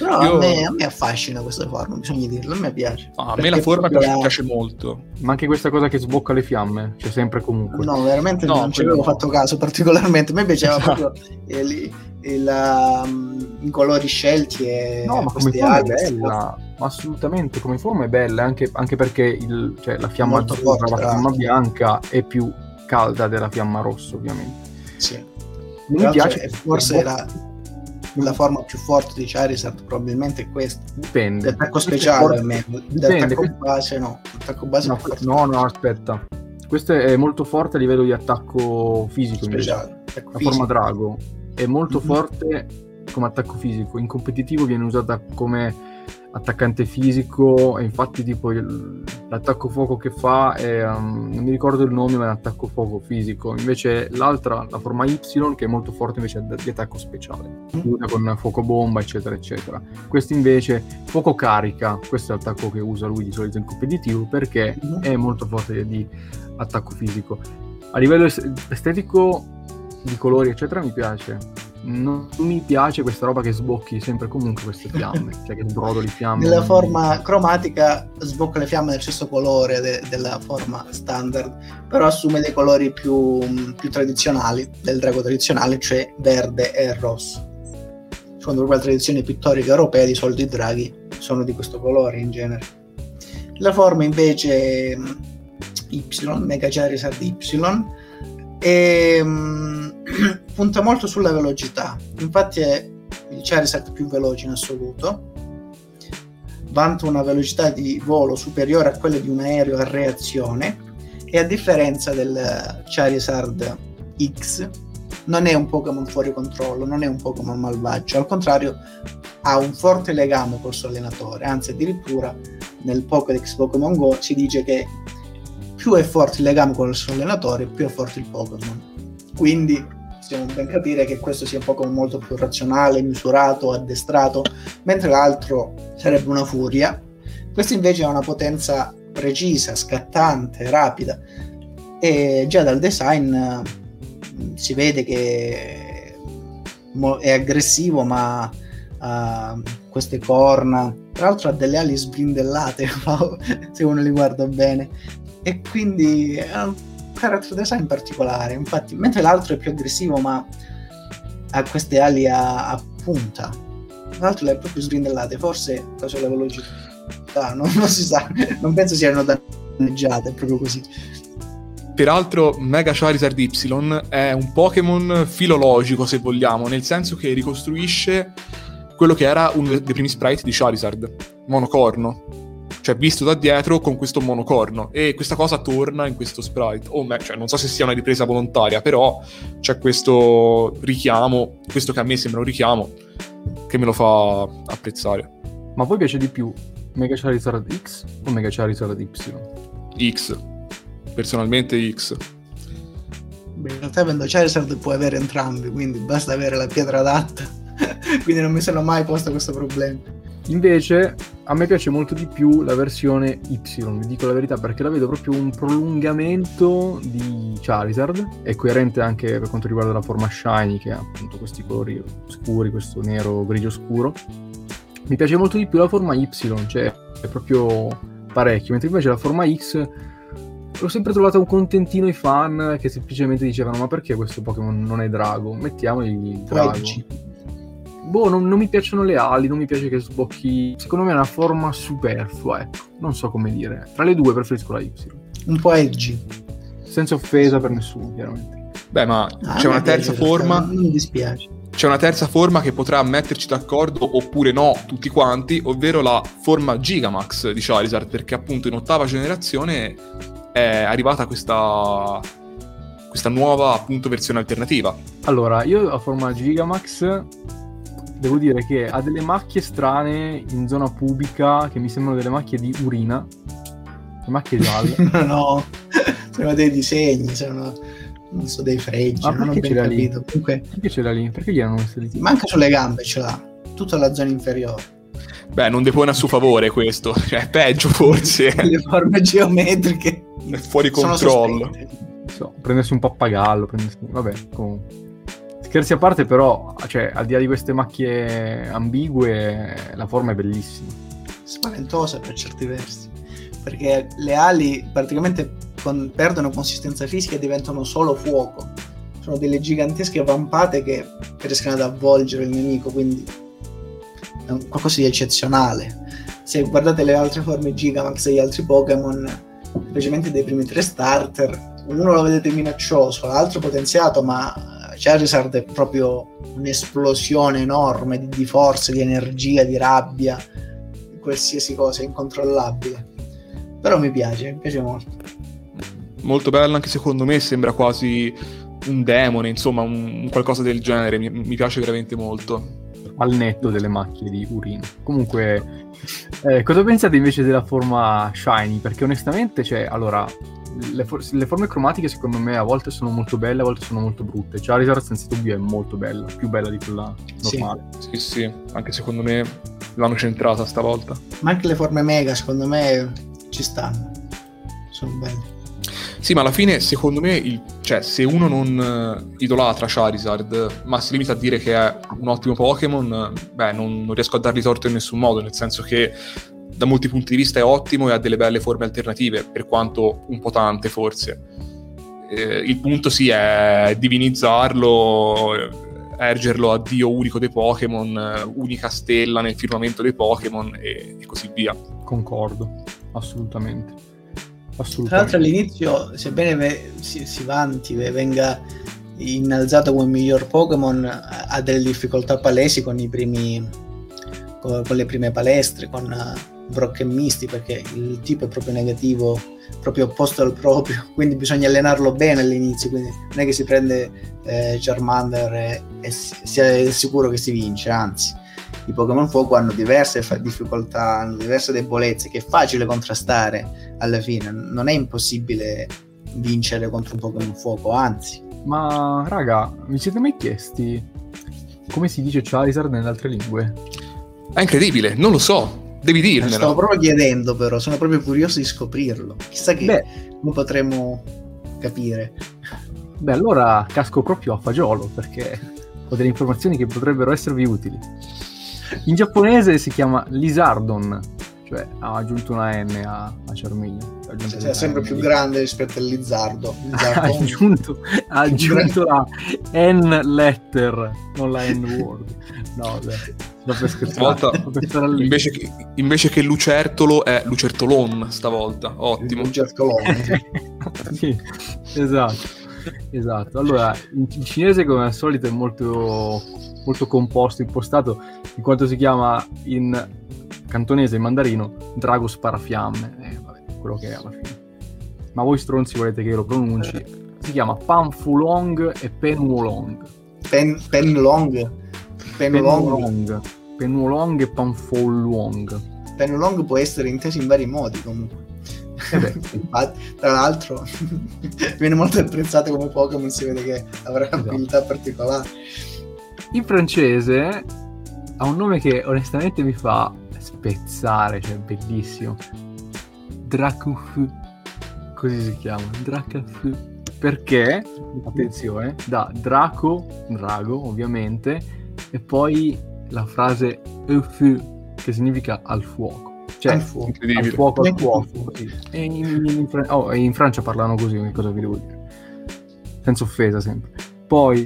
Però Io... a, me, a me affascina questa forma, bisogna dirlo, a me piace. Ah, a me la forma piace, la... piace molto. Ma anche questa cosa che sbocca le fiamme, c'è sempre comunque. No, veramente no, non ci avevo no. fatto caso particolarmente. A me piaceva proprio il, il, um, i colori scelti e no, ma come forma è bella, ma assolutamente come forma è bella, anche, anche perché il, cioè, la fiamma molto azzurra, forte, la fiamma bianca è più calda della fiamma rossa, ovviamente. Sì. Non mi piace, forse la, la forma più forte di Charizard probabilmente è questa. Dipende. L'attacco speciale almeno. Dipende. L'attacco base no. L'attacco base no, è forte. no, no, aspetta. Questo è molto forte a livello di attacco fisico. Speciale. Attacco la fisico. forma drago è molto Mm-hmm. forte come attacco fisico. In competitivo viene usata come attaccante fisico e infatti tipo il, l'attacco fuoco che fa è, um, non mi ricordo il nome, ma è un attacco fuoco fisico. Invece l'altra, la forma Y, che è molto forte invece di attacco speciale, usa con fuoco bomba eccetera eccetera. Questo invece fuoco carica, questo è l'attacco che usa lui di solito in competitivo perché mm-hmm. è molto forte di attacco fisico. A livello estetico di colori eccetera mi piace. Non mi piace questa roba che sbocchi sempre comunque queste fiamme, cioè che sbrodoli fiamme. Nella forma cromatica sbocca le fiamme del stesso colore de- della forma standard, però assume dei colori più, più tradizionali del drago tradizionale, cioè verde e rosso. Secondo proprio la tradizione pittorica europea, di solito i draghi sono di questo colore in genere. La forma invece Y, Mega Charizard Y, e um, punta molto sulla velocità. Infatti è il Charizard più veloce in assoluto, vanta una velocità di volo superiore a quella di un aereo a reazione e a differenza del Charizard X non è un Pokémon fuori controllo, non è un Pokémon malvagio, al contrario ha un forte legame col suo allenatore, anzi addirittura nel Pokédex Pokémon Go si dice che più è forte il legame con il suo allenatore, più è forte il Pokémon. Quindi possiamo ben capire che questo sia un Pokémon molto più razionale, misurato, addestrato, mentre l'altro sarebbe una furia. Questo invece ha una potenza precisa, scattante, rapida, e già dal design eh, si vede che è aggressivo, ma ha queste corna, tra l'altro ha delle ali sbrindellate se uno li guarda bene, e quindi ha un character design particolare. Infatti, mentre l'altro è più aggressivo ma ha queste ali a, a punta, l'altro le ha proprio sbrindellate, forse la sua velocità non, non si sa, non penso siano danneggiate, è proprio così. Peraltro Mega Charizard Y è un Pokémon filologico, se vogliamo, nel senso che ricostruisce quello che era uno dei primi sprite di Charizard, monocorno, cioè visto da dietro con questo monocorno, e questa cosa torna in questo sprite. Oh, me, cioè, non so se sia una ripresa volontaria, però c'è questo richiamo, questo che a me sembra un richiamo, che me lo fa apprezzare. Ma poi piace di più Mega Charizard X o Mega Charizard Y? X, personalmente X. Beh, in realtà avendo Charizard puoi avere entrambi, quindi basta avere la pietra adatta, quindi non mi sono mai posto questo problema. Invece a me piace molto di più la versione Y, vi dico la verità, perché la vedo proprio un prolungamento di Charizard, è coerente anche per quanto riguarda la forma shiny, che ha appunto questi colori scuri, questo nero grigio scuro. Mi piace molto di più la forma Y, cioè è proprio parecchio, mentre invece la forma X l'ho sempre trovata un contentino i fan che semplicemente dicevano: ma perché questo Pokémon non è drago? Mettiamogli drago. Boh, non, non mi piacciono le ali, non mi piace che sbocchi. Secondo me è una forma superflua, ecco. Non so come dire. Tra le due preferisco la Y. Un po' edgy. Senza offesa per nessuno, chiaramente. Beh, ma ah, c'è una terza piace, forma. Non mi dispiace. C'è una terza forma che potrà metterci d'accordo oppure no, tutti quanti, ovvero la forma Gigamax di Charizard, perché appunto in ottava generazione è arrivata questa, questa nuova appunto versione alternativa. Allora, io la forma Gigamax devo dire che ha delle macchie strane in zona pubica che mi sembrano delle macchie di urina, le macchie gialle. No, sono dei disegni, sono, non so, dei fregi, ma non ho ben capito. Lì? Comunque, perché ce l'ha lì? Perché gli hanno messo lì? Manca sulle gambe, ce l'ha, tutta la zona inferiore. Beh, non depone a suo favore questo, cioè peggio forse. Le forme geometriche è fuori controllo. So, prendersi un pappagallo, prendersi... vabbè, comunque. Scherzi a parte, però, cioè, al di là di queste macchie ambigue, la forma è bellissima. Spaventosa per certi versi, perché le ali praticamente con, perdono consistenza fisica e diventano solo fuoco. Sono delle gigantesche vampate che riescono ad avvolgere il nemico, quindi è un qualcosa di eccezionale. Se guardate le altre forme Gigamax e gli altri Pokémon, specialmente dei primi tre starter, uno lo vedete minaccioso, l'altro potenziato, ma Charizard è proprio un'esplosione enorme di, di forza, di energia, di rabbia, qualsiasi cosa, incontrollabile. Però mi piace, mi piace molto. Molto bello, anche secondo me sembra quasi un demone, insomma un, un qualcosa del genere, mi, mi piace veramente molto. Al netto delle macchie di urina. Comunque, eh, cosa pensate invece della forma shiny? Perché onestamente, cioè, allora, le, for- le forme cromatiche secondo me a volte sono molto belle, a volte sono molto brutte. Charizard senza dubbio è molto bella, più bella di quella normale. Sì, sì, sì. Anche secondo me l'hanno centrata stavolta. Ma anche le forme mega secondo me ci stanno, sono belle. Sì, ma alla fine secondo me il, cioè, se uno non uh, idolatra Charizard ma si limita a dire che è un ottimo Pokémon, beh, non, non riesco a dargli torto in nessun modo, nel senso che da molti punti di vista è ottimo e ha delle belle forme alternative, per quanto un po' tante forse. Eh, il punto sì è divinizzarlo, ergerlo a dio unico dei Pokémon, unica stella nel firmamento dei Pokémon e, e così via. Concordo, assolutamente. Tra l'altro all'inizio, sebbene ve, si, si vanti, ve, venga innalzato come miglior Pokémon, ha delle difficoltà palesi con i primi con, con le prime palestre, con uh, Brock e Misty, perché il tipo è proprio negativo, proprio opposto al proprio, quindi bisogna allenarlo bene all'inizio, quindi non è che si prende eh, Charmander e, e si, si è sicuro che si vince, anzi i Pokémon Fuoco hanno diverse fa- difficoltà, hanno diverse debolezze che è facile contrastare alla fine, non è impossibile vincere contro un Pokémon Fuoco, anzi. Ma raga, vi siete mai chiesti come si dice Charizard nelle altre lingue? È incredibile, non lo so, devi dirmelo. Stavo proprio chiedendo, però sono proprio curioso di scoprirlo, chissà che Beh, come potremmo capire. Beh, allora casco proprio a fagiolo, perché ho delle informazioni che potrebbero esservi utili. In giapponese si chiama Lizardon, cioè ha aggiunto una N a, a Charmeleon. Cioè, è sempre N più grande rispetto al Lizardo. Ha aggiunto, ha aggiunto la N letter, non la N word. No, beh, sto per scherzare. Stavolta, invece, che, invece che lucertolo è lucertolon stavolta, ottimo. Lucertolone. Sì, esatto. Esatto, allora in cinese come al solito è molto, molto composto, impostato, in quanto si chiama in cantonese e mandarino Drago Sparafiamme, eh, vabbè, quello che è alla fine. Ma voi stronzi volete che io lo pronunci? Si chiama Panfulong e Penwolong. Pen, Penlong? Penwolong. Penwolong e Panfulong. Penwolong può essere inteso in vari modi comunque. Eh beh. Tra l'altro viene molto apprezzato come Pokémon, si vede che avrà esatto. abilità particolari. In francese ha un nome che onestamente mi fa spezzare, cioè bellissimo. Dracaufeu, così si chiama, Dracaufeu, perché, attenzione, da Draco, drago ovviamente, e poi la frase Eufeu, che significa al fuoco. Cioè, al fuoco, al fuoco, al fuoco. Sì. E in, in, in, oh, in Francia parlano così, che cosa vi devo dire? Senza offesa sempre. Poi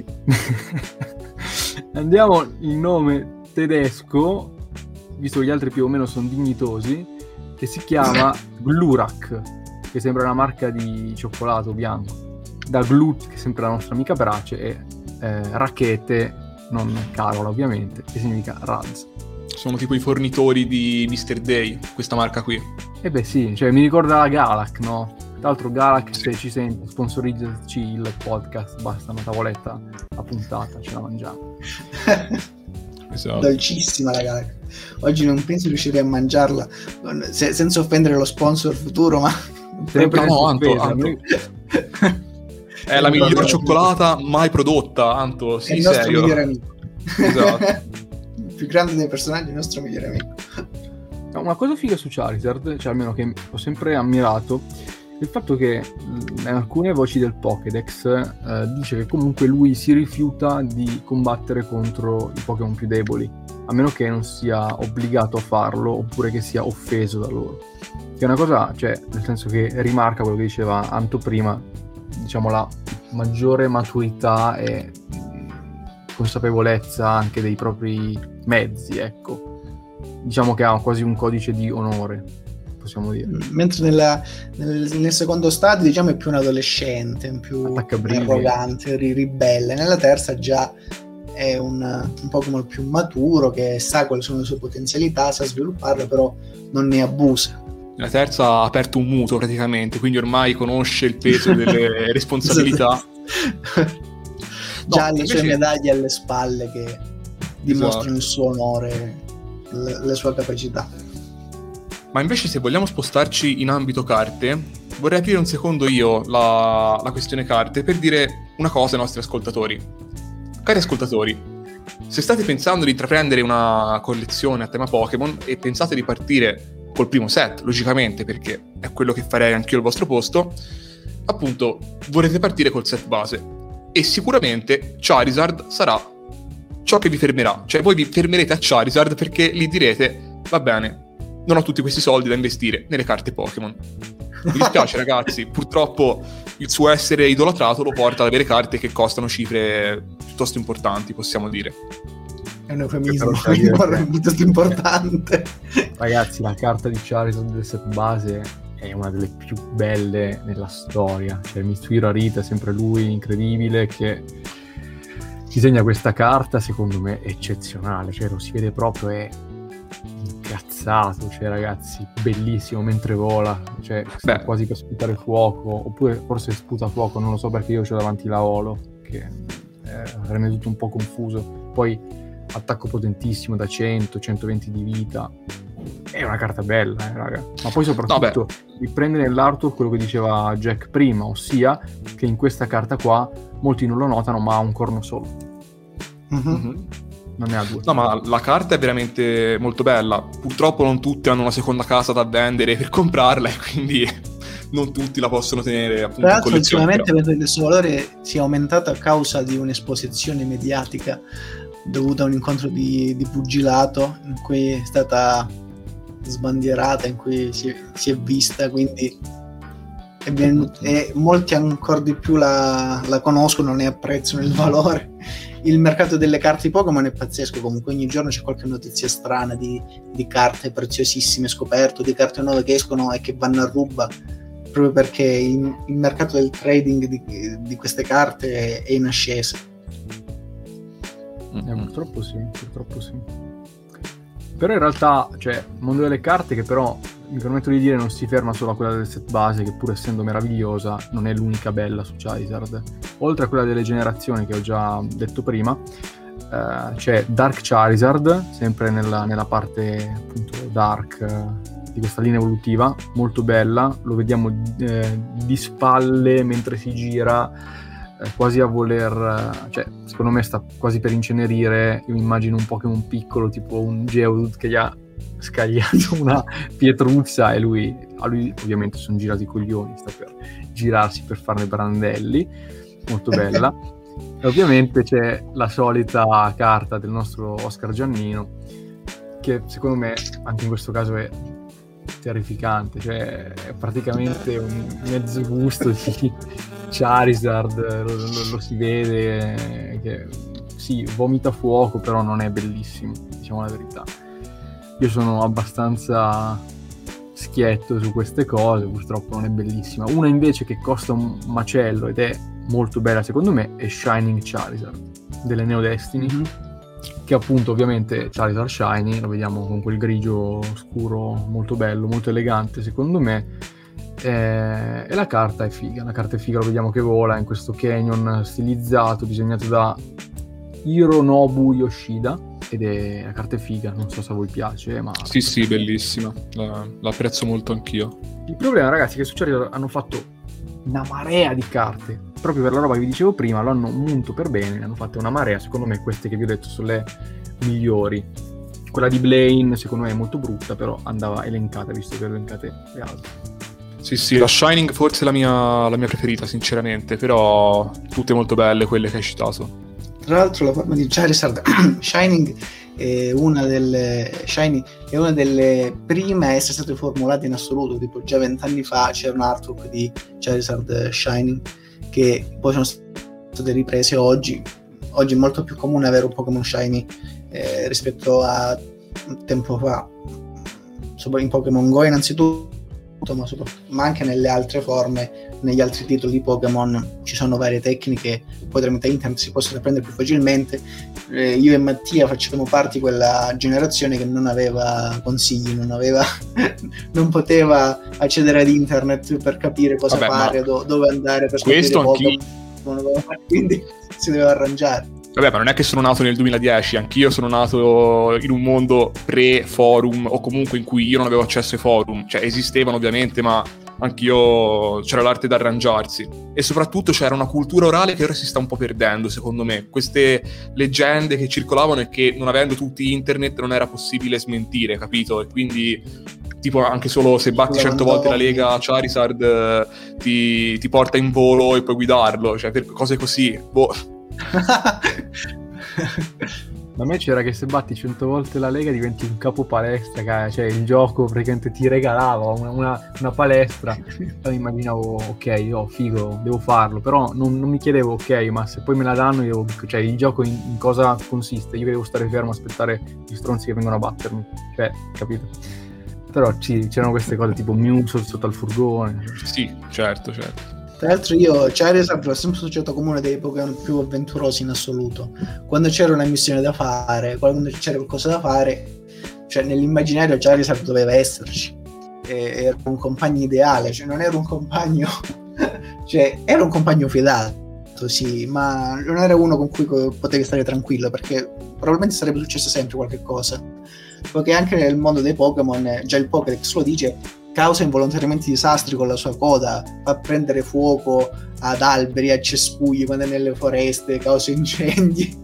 andiamo il nome tedesco, visto che gli altri più o meno sono dignitosi, che si chiama Glurak, che sembra una marca di cioccolato bianco. Da Glut, che sembra la nostra amica Brace, e eh, Rachete, non Carola ovviamente, che significa Raz. Sono tipo i fornitori di mister Day, questa marca qui. Eh beh sì, cioè mi ricorda la Galac, no? Tra l'altro Galac, se ci senti, sponsorizzaci il podcast, basta una tavoletta a puntata, ce la mangiamo. Esatto. Dolcissima la Galac. Oggi non penso riuscirei a mangiarla, se, senza offendere lo sponsor futuro, ma... Sempre no, Anto, Anto. È la miglior cioccolata mai prodotta, Anto, sì, è il nostro serio. Migliore amico. Esatto. Più grande dei personaggi, il nostro migliore amico. Una cosa figa su Charizard, cioè almeno che ho sempre ammirato, il fatto che in alcune voci del Pokédex eh, dice che comunque lui si rifiuta di combattere contro i Pokémon più deboli, a meno che non sia obbligato a farlo oppure che sia offeso da loro. Che è una cosa, cioè, nel senso che rimarca quello che diceva Anto prima, diciamo la maggiore maturità e consapevolezza anche dei propri mezzi, ecco. Diciamo che ha quasi un codice di onore, possiamo dire. Mentre nella, nel, nel secondo stadio, diciamo, è più un adolescente, un più arrogante, ri- ribelle. Nella terza già è un, un Pokémon più maturo, che sa quali sono le sue potenzialità, sa svilupparle, però non ne abusa. La terza ha aperto un mutuo praticamente, quindi ormai conosce il peso delle responsabilità. Già no, le invece... sue medaglie alle spalle che dimostrano esatto. il suo onore, le, le sue capacità. Ma invece, se vogliamo spostarci in ambito carte, vorrei aprire un secondo io la, la questione carte per dire una cosa ai nostri ascoltatori. Cari ascoltatori, se state pensando di intraprendere una collezione a tema Pokémon e pensate di partire col primo set, logicamente, perché è quello che farei anch'io al vostro posto, appunto, vorrete partire col set base. E sicuramente Charizard sarà ciò che vi fermerà. Cioè, voi vi fermerete a Charizard perché gli direte, va bene, non ho tutti questi soldi da investire nelle carte Pokémon. Mi dispiace ragazzi, purtroppo il suo essere idolatrato lo porta ad avere carte che costano cifre piuttosto importanti, possiamo dire. È un eufemismo piuttosto importante. Ragazzi, la carta di Charizard del set base è una delle più belle nella storia. Cioè, Mitsuhiro Arita è sempre lui, incredibile, che disegna questa carta, secondo me, eccezionale. Cioè, lo si vede proprio, è incazzato. Cioè, ragazzi, bellissimo mentre vola. Cioè, sta Beh. quasi per sputare fuoco. Oppure forse sputa fuoco, non lo so, perché io c'ho davanti la Holo, che eh, rende tutto un po' confuso. Poi attacco potentissimo da cento centoventi di vita, è una carta bella, eh, raga. Ma poi soprattutto riprende nell'artwork quello che diceva Jack prima, ossia che in questa carta qua molti non lo notano, ma ha un corno solo. Mm-hmm. Mm-hmm. Non ne ha due. No, ma la carta è veramente molto bella. Purtroppo non tutti hanno una seconda casa da vendere per comprarla, e quindi non tutti la possono tenere appunto Tra l'altro, in collezione. ultimamente vedo che il suo valore sia aumentato a causa di un'esposizione mediatica dovuta a un incontro di, di pugilato in cui è stata sbandierata, in cui si è, si è vista, quindi è ben, e molti ancora di più la, la conoscono, ne apprezzano il valore. Il mercato delle carte Pokémon è pazzesco, comunque ogni giorno c'è qualche notizia strana di, di carte preziosissime scoperto, di carte nuove che escono e che vanno a ruba, proprio perché il, il mercato del trading di, di queste carte è, è in ascesa. Eh, purtroppo sì, purtroppo sì. Però in realtà, cioè, il mondo delle carte, che però mi permetto di dire non si ferma solo a quella del set base, che pur essendo meravigliosa non è l'unica bella su Charizard. Oltre a quella delle generazioni che ho già detto prima, eh, c'è Dark Charizard, sempre nella, nella parte appunto dark eh, di questa linea evolutiva, molto bella. Lo vediamo eh, di spalle mentre si gira, quasi a voler, cioè secondo me sta quasi per incenerire. Io mi immagino un Pokémon piccolo tipo un Geodude che gli ha scagliato una pietruzza e lui, a lui ovviamente sono girati i coglioni, sta per girarsi per farne brandelli, molto bella. E ovviamente c'è la solita carta del nostro Oscar Giannino, che secondo me anche in questo caso è terrificante, cioè è praticamente un mezzo gusto di Charizard, lo, lo, lo si vede che sì, vomita fuoco, però non è bellissimo, diciamo la verità. Io sono abbastanza schietto su queste cose, purtroppo non è bellissima. Una invece che costa un macello ed è molto bella secondo me è Shining Charizard delle Neo Destiny, mm-hmm. che appunto ovviamente Charizard Shiny, lo vediamo con quel grigio scuro molto bello, molto elegante secondo me. E la carta è figa, la carta è figa, lo vediamo che vola in questo canyon stilizzato disegnato da Hironobu Yoshida, ed è la carta è figa, non so se a voi piace, ma sì sì, bellissima, la, la apprezzo molto anch'io. Il problema, ragazzi, è che su Charizard hanno fatto una marea di carte, proprio per la roba che vi dicevo prima, lo hanno munto per bene, ne hanno fatte una marea. Secondo me queste che vi ho detto sono le migliori. Quella di Blaine secondo me è molto brutta, però andava elencata, visto che elencate le altre. Sì, sì, la Shining forse è la mia, la mia preferita, sinceramente, però tutte molto belle quelle che hai citato. Tra l'altro la forma di Charizard Shining è una delle Shiny è una delle prime a essere state formulate in assoluto, tipo già vent'anni fa c'era un artwork di Charizard Shining che poi sono state riprese oggi. Oggi è molto più comune avere un Pokémon Shiny eh, rispetto a tempo fa, in Pokémon Go innanzitutto, ma, ma anche nelle altre forme, negli altri titoli di Pokémon ci sono varie tecniche, poi tramite internet si possono apprendere più facilmente. Eh, io e Mattia facevamo parte di quella generazione che non aveva consigli, non aveva non poteva accedere ad internet per capire cosa Vabbè, fare, do, dove andare per scoprire Pokémon, quindi si doveva arrangiare. Vabbè, ma non è che sono nato nel duemiladieci, anch'io sono nato in un mondo pre-forum, o comunque in cui io non avevo accesso ai forum. Cioè, esistevano ovviamente, ma anch'io c'era l'arte d'arrangiarsi. E soprattutto c'era una cultura orale che ora si sta un po' perdendo, secondo me. Queste leggende che circolavano e che, non avendo tutti internet, non era possibile smentire, capito? E quindi, tipo, anche solo se batti cento volte la Lega Charizard ti, ti porta in volo e puoi guidarlo. Cioè, per cose così, boh... Da me c'era che se batti cento volte la Lega diventi un capo palestra, cioè il gioco praticamente ti regalava una, una, una palestra. Io mi immaginavo, ok, oh, figo, devo farlo, però non, non mi chiedevo, ok, ma se poi me la danno, io, cioè il gioco in, in cosa consiste? Io devo stare fermo a aspettare gli stronzi che vengono a battermi, cioè, capito? Però sì, c'erano queste cose tipo Mewtwo sotto al furgone. Sì, certo, certo. Tra l'altro io Charizard l'ho sempre associato come uno dei Pokémon più avventurosi in assoluto. Quando c'era una missione da fare, quando c'era qualcosa da fare, cioè nell'immaginario Charizard doveva esserci. E era un compagno ideale, cioè non era un compagno cioè era un compagno fidato, sì, ma non era uno con cui potevi stare tranquillo, perché probabilmente sarebbe successo sempre qualche cosa. Perché anche nel mondo dei Pokémon, già il Pokédex lo dice, causa involontariamente disastri con la sua coda, fa prendere fuoco ad alberi, a cespugli quando è nelle foreste, causa incendi,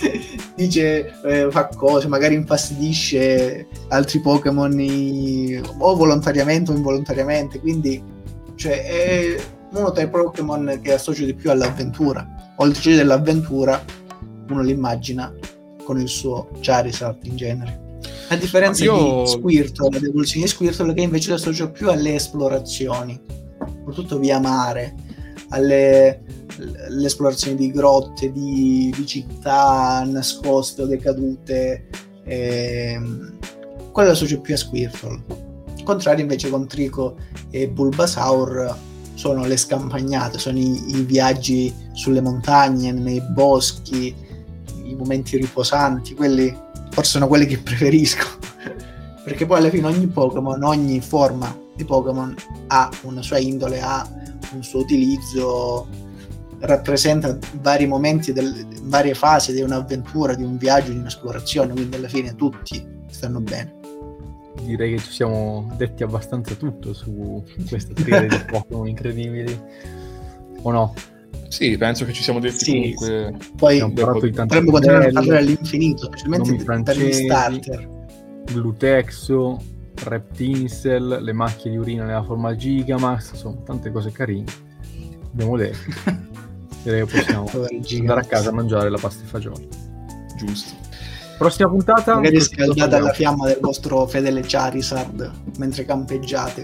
dice, eh, fa cose, magari infastidisce altri Pokémon o volontariamente o involontariamente, quindi cioè, è uno tra i Pokémon che associo di più all'avventura. Oltre dell'avventura, uno l'immagina con il suo Charizard in genere. A differenza io... di Squirtle, la evoluzione di Squirtle, che invece lo associo più alle esplorazioni, soprattutto via mare, alle, alle esplorazioni di grotte, di, di città nascoste o decadute. Ehm, quello lo associo più a Squirtle. Al contrario, invece, con Trico e Bulbasaur sono le scampagnate, sono i, i viaggi sulle montagne, nei boschi, i momenti riposanti, quelli forse sono quelli che preferisco, perché poi alla fine ogni Pokémon, ogni forma di Pokémon ha una sua indole, ha un suo utilizzo, rappresenta vari momenti, del, varie fasi di un'avventura, di un viaggio, di un'esplorazione, quindi alla fine tutti stanno bene. Direi che ci siamo detti abbastanza tutto su questa triade di Pokémon incredibili, o no? Sì, penso che ci siamo detti sì, comunque. Sì. Poi potremmo continuare a parlare all'infinito, specialmente per gli starter. Glutexo, Reptincel, le macchie di urina nella forma Gigamax, sono tante cose carine. Abbiamo detto. Direi che possiamo andare a casa a mangiare la pasta e fagioli. Giusto. Prossima puntata. Magari scaldate alla fiamma del vostro fedele Charizard mentre campeggiate.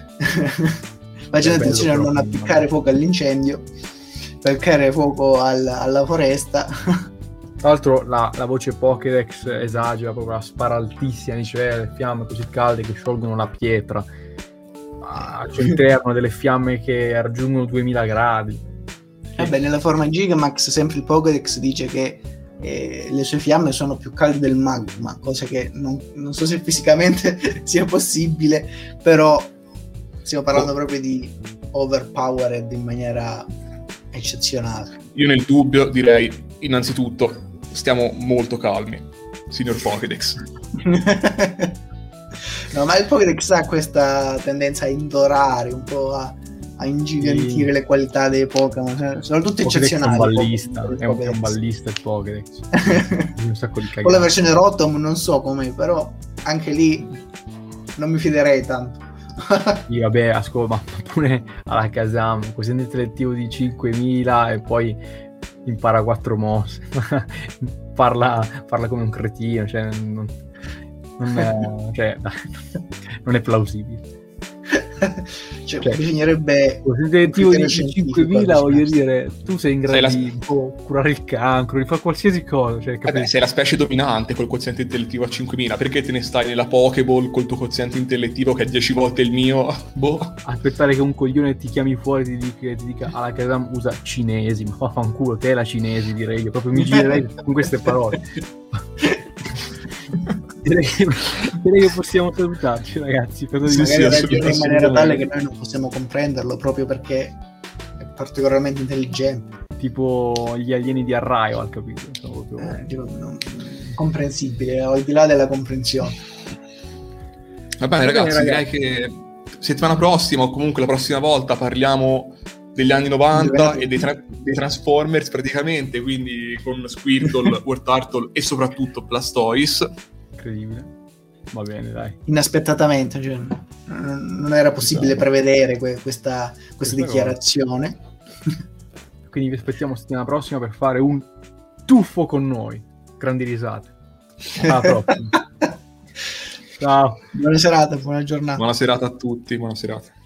Facendo attenzione a non appiccare fuoco all'incendio, perché fuoco al, alla foresta. Tra l'altro la, la voce Pokédex esagera, proprio la spara altissima, dice eh, le fiamme così calde che sciolgono la pietra, ah, all'interno delle fiamme che raggiungono duemila gradi. Vabbè, nella forma Gigamax sempre il Pokédex dice che eh, le sue fiamme sono più calde del magma, cosa che non, non so se fisicamente sia possibile, però stiamo parlando oh. proprio di overpowered in maniera eccezionale. Io nel dubbio direi innanzitutto stiamo molto calmi, signor Pokédex. No, ma il Pokédex ha questa tendenza a indorare un po', a, a ingigantire sì. le qualità dei Pokémon, sono tutti eccezionali. È un ballista, è un, è un ballista il Pokédex. Un sacco di cagate. Con la versione Rotom non so come, però anche lì non mi fiderei tanto. Sì, vabbè, ascolta, ma pure alla Kazam, quoziente intellettivo di cinquemila e poi impara quattro mosse, parla, parla come un cretino, cioè non, non, è, cioè, non è plausibile. Cioè, Cioè, bisognerebbe quoziente intellettivo di cinquemila, voglio dire, tu sei in grado Sei la- di oh, curare il cancro, di fare qualsiasi cosa, cioè, Eh beh, capisci? sei la specie dominante col quoziente intellettivo a cinquemila, perché te ne stai nella Pokéball col tuo quoziente intellettivo che è dieci volte il mio? Boh. Aspettare che un coglione ti chiami fuori e ti dica, ti dica alla Kazam usa cinesi, ma vaffanculo, te la cinesi, direi io, proprio mi girerei con queste parole. direi, che, direi che possiamo salutarci, ragazzi, per Sì, sì, magari ragiona in assolutamente. maniera tale che noi non possiamo comprenderlo proprio perché è particolarmente intelligente. tipo gli alieni di Arrival, capito? Sono proprio... Eh, tipo, non- comprensibile, al di là della comprensione. Va bene, Va bene, ragazzi, direi ragazzi. che settimana prossima o comunque la prossima volta parliamo degli anni novanta e dei, tra- dei Transformers praticamente, quindi con Squirtle, War Turtle e soprattutto Blastoise. Incredibile. Va bene, dai. Inaspettatamente, cioè, non non era possibile Esatto. prevedere que- questa, questa Questa dichiarazione. Quindi vi aspettiamo settimana prossima per fare un tuffo con noi. Grandi risate. Alla prossima. Ciao. Buona serata, buona giornata. Buona serata a tutti, buona serata.